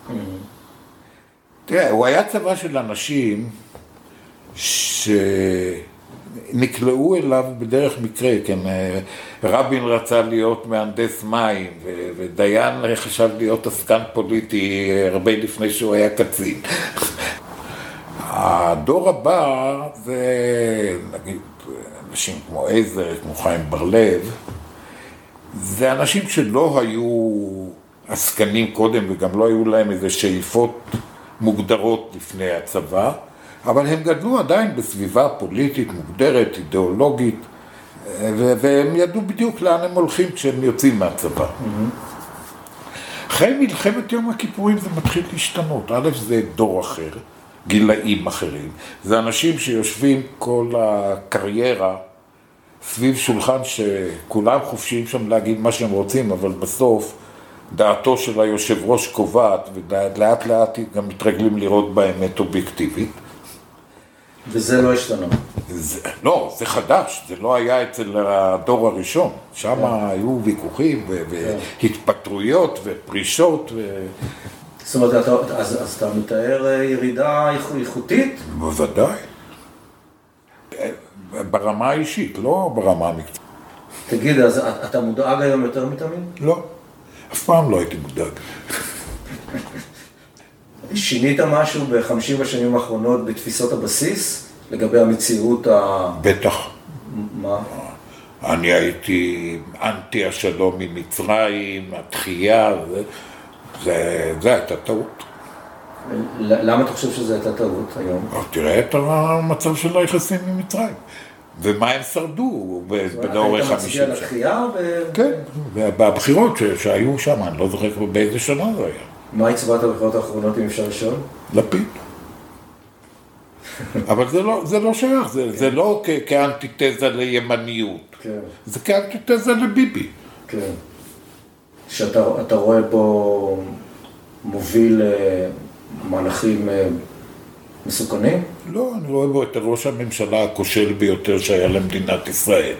תראה, הוא היה צבא של אנשים שנקלעו אליו בדרך מקרה, כן, רבין רצה להיות מהנדס מים, ודיין חשב להיות עסקן פוליטי הרבה לפני שהוא היה קצין. הדור הבא זה, נגיד, אנשים כמו עזר, כמו חיים בר-לב, זה אנשים שלא היו עסקנים קודם וגם לא היו להם איזה שאיפות מוגדרות לפני הצבא, אבל הם גדלו עדיין בסביבה פוליטית מוגדרת, אידיאולוגית, והם ידעו בדיוק לאן הם הולכים כשהם יוצאים מהצבא. אחרי מלחמת יום הכיפורים זה מתחיל להשתנות. א', זה דור אחר, גילאים אחרים. זה אנשים שיושבים כל הקריירה סביב שולחן שכולם חופשיים שם להגיד מה שהם רוצים, אבל בסוף דעתו של היושב ראש קובעת, ולאט לאט גם מתרגלים לראות באמת אובייקטיבית. וזה לא השתנה. לא, זה חדש, זה לא היה אצל הדור הראשון. שם היו ויכוחים והתפטרויות ופרישות. זאת אומרת, אז אתה מתאר ירידה איכותית? בוודאי. ברמה האישית, לא ברמה המקצועית. תגיד, אז אתה מודאג היום יותר מתמיד? לא, אף פעם לא הייתי מודאג. שינית משהו ב-50 השנים האחרונות בתפיסות הבסיס לגבי המציאות בטח. מה? אני הייתי אנטי השלום ממצרים, התחייה, זה הייתה טעות. למה אתה חושב שזה הייתה טעות היום? תראה את המצב של היחסים עם מצרים. ומה הם שרדו לאורך 50 שנה. היית מצביע לתחייה? כן, בבחירות שהיו שם, אני לא זוכר באיזה שנה זה היה. מה הצבעת בבחירות האחרונות, אם אפשר לשאול? לפיד. אבל זה לא שייך, זה לא כאנטיתזה לימניות. זה כאנטיתזה לביבי. כן. שאתה רואה פה מוביל מהלכים מסוכנים? לא, אני רואה בו את ראש הממשלה הכושל ביותר שהיה למדינת ישראל.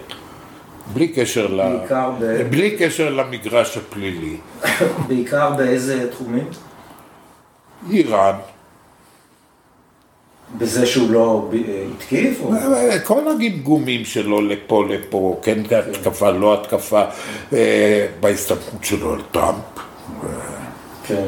בלי קשר למגרש הפלילי. בעיקר באיזה תחומים? איראן. בזה שהוא לא התקיף? כל הגמגומים שלו לפה, כן התקפה, לא התקפה, בהסתמכות שלו על טראמפ. כן.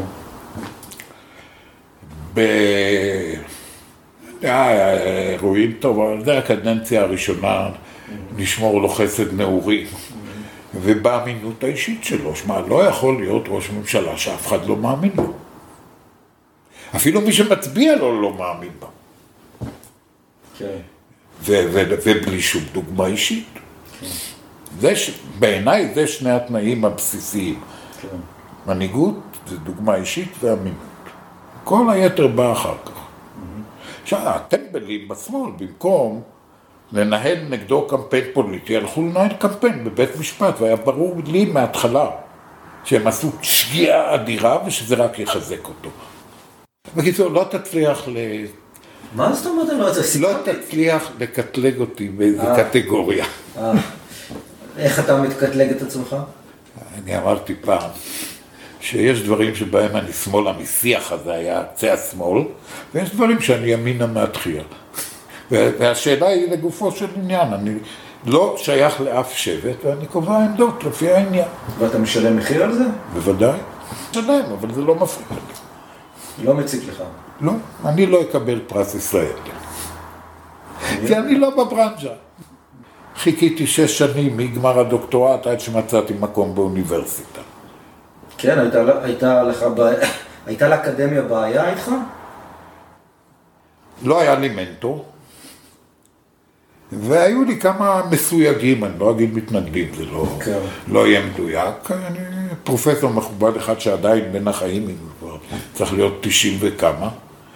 רואים טוב, אבל זה הקדנציה הראשונה, נשמור לו חסד נעורים. ובאמינות האישית שלו, שמה, לא יכול להיות ראש ממשלה שאף אחד לא מאמין לו. אפילו מי שמצביע לו לא מאמין בה. כן. ובלי שום דוגמה אישית. כן. בעיניי זה שני התנאים הבסיסיים. כן. מנהיגות זה דוגמה אישית ואמינות. כל היתר בא אחר כך. עכשיו, הטמבלים בשמאל, במקום לנהל נגדו קמפיין פוליטי, הלכו לנהל קמפיין בבית משפט, והיה ברור לי מההתחלה שהם עשו שגיאה אדירה ושזה רק יחזק אותו. בקיצור, לא תצליח מה זאת אומרת? לא תצליח לקטלג אותי באיזו קטגוריה. איך אתה מתקטלג את עצמך? אני אמרתי פעם שיש דברים שבהם אני שמאלה משיח, הזה היה קצה השמאל, ויש דברים שאני ימינה מהתחייה. והשאלה היא לגופו של עניין, אני לא שייך לאף שבט, ואני קובע עמדות לפי העניין. ואתה משלם מחיר על זה? בוודאי. משלם, אבל זה לא מפריע לי. לא מציק לך? לא, אני לא אקבל פרס ישראל. כי אני לא בברנז'ה. חיכיתי 6 שנים מגמר הדוקטורט עד שמצאתי מקום באוניברסיטה. כן, הייתה לאקדמיה בעיה איתך? לא היה לי מנטור. והיו לי כמה מסויגים, אני לא אגיד מתנגדים, זה לא יהיה מדויק. פרופסור מכובד אחד שעדיין בין החיים, צריך להיות 90 וכמה,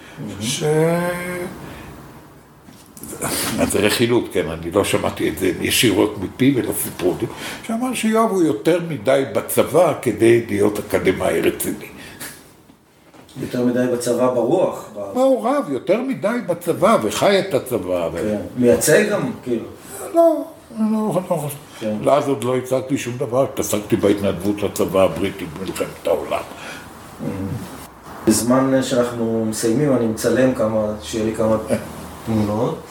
אז זה רכילות, כן, אני לא שמעתי את זה ישירות מפי ולא סיפרו לי, שאמר שיואב הוא יותר מדי בצבא כדי להיות אקדמאי רציני. יותר מדי בצבא ברוח. הוא רב, יותר מדי בצבא וחי את הצבא. מייצג גם, כאילו. לא. אז עוד לא הצגתי שום דבר, התעסקתי בהתנדבות לצבא הבריטי במלחמת העולם. בזמן שאנחנו מסיימים, אני מצלם שיהיה לי כמה תמונות.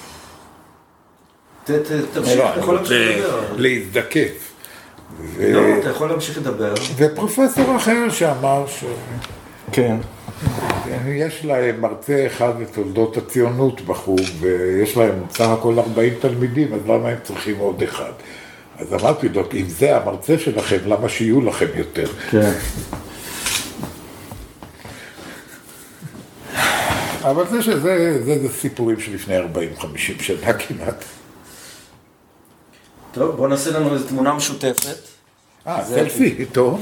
תמשיך, אתה יכול להמשיך לדבר. להזדקף. לא, אתה יכול להמשיך לדבר. ופרופסור אחר שאמר כן. יש להם מרצה אחד לתולדות הציונות בחוג, ויש להם סך הכל 40 תלמידים, אז למה הם צריכים עוד אחד? אז אמרתי לו, אם זה המרצה שלכם, למה שיהיו לכם יותר? כן. אבל זה סיפורים שלפני 40-50 שנה כמעט. טוב, בוא נעשה לנו איזו תמונה משותפת. סלפי, טוב.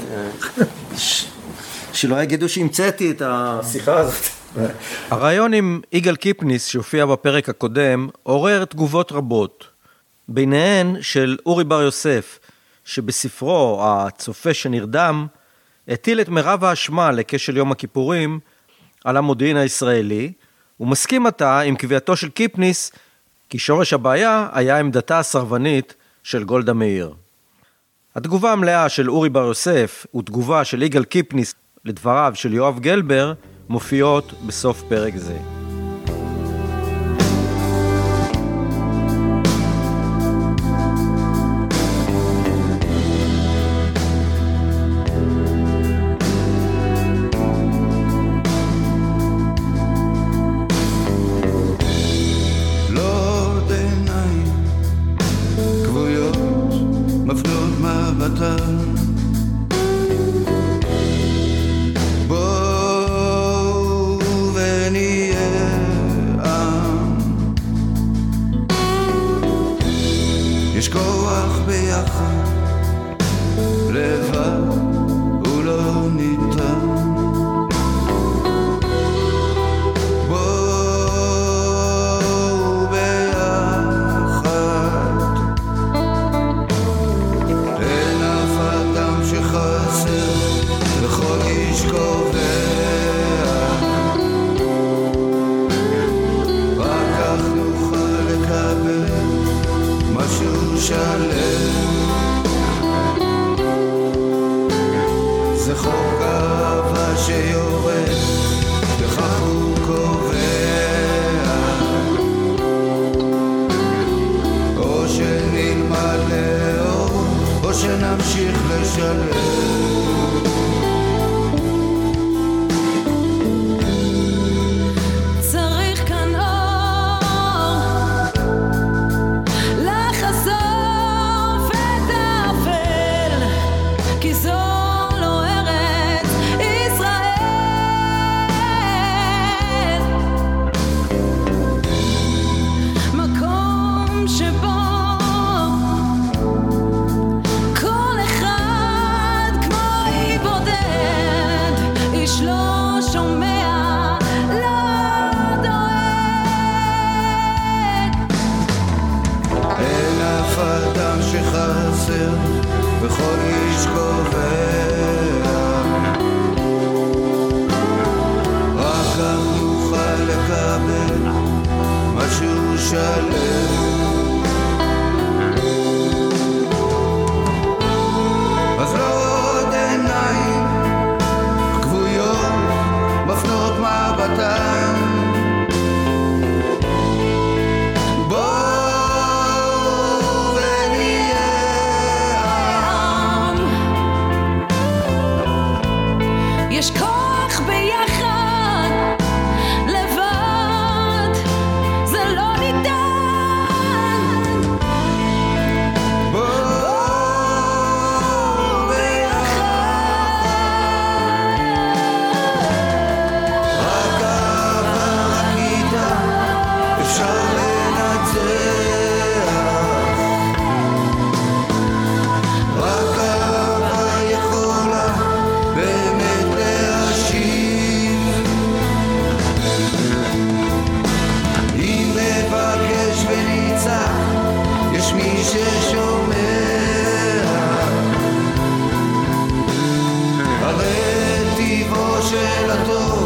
שלא יגידו שהמצאתי את השיחה הזאת. הרעיון עם יגאל קיפניס שהופיע בפרק הקודם עורר תגובות רבות, ביניהן של אורי בר יוסף, שבספרו הצופה שנרדם, הטיל את מרב האשמה לכשל יום הכיפורים על המודיעין הישראלי, ומסכים עתה עם קביעתו של קיפניס, כי שורש הבעיה היה עמדתה הסרבנית של גולדה מאיר. התגובה המלאה של אורי בר יוסף ותגובה של יגאל קיפניס לדבריו של יואב גלבר מופיעות בסוף פרק זה. יש כוח ביחד, לבד הוא לא ניתן. בואו ביחד, אין אף אדם שחסר, וכל איש קובע, רק כך נוכל לקבל משהו שלם. זה חוק אהבה שיורד, וכך הוא קובע, או שנלמד לאור, או שנמשיך לשלם. וכל איש קובע, רק כך נוכל לקבל משהו שלם. אז לא עוד עיניים כבויות מפנות מבטן, ששומע הרי טיבו של הטוב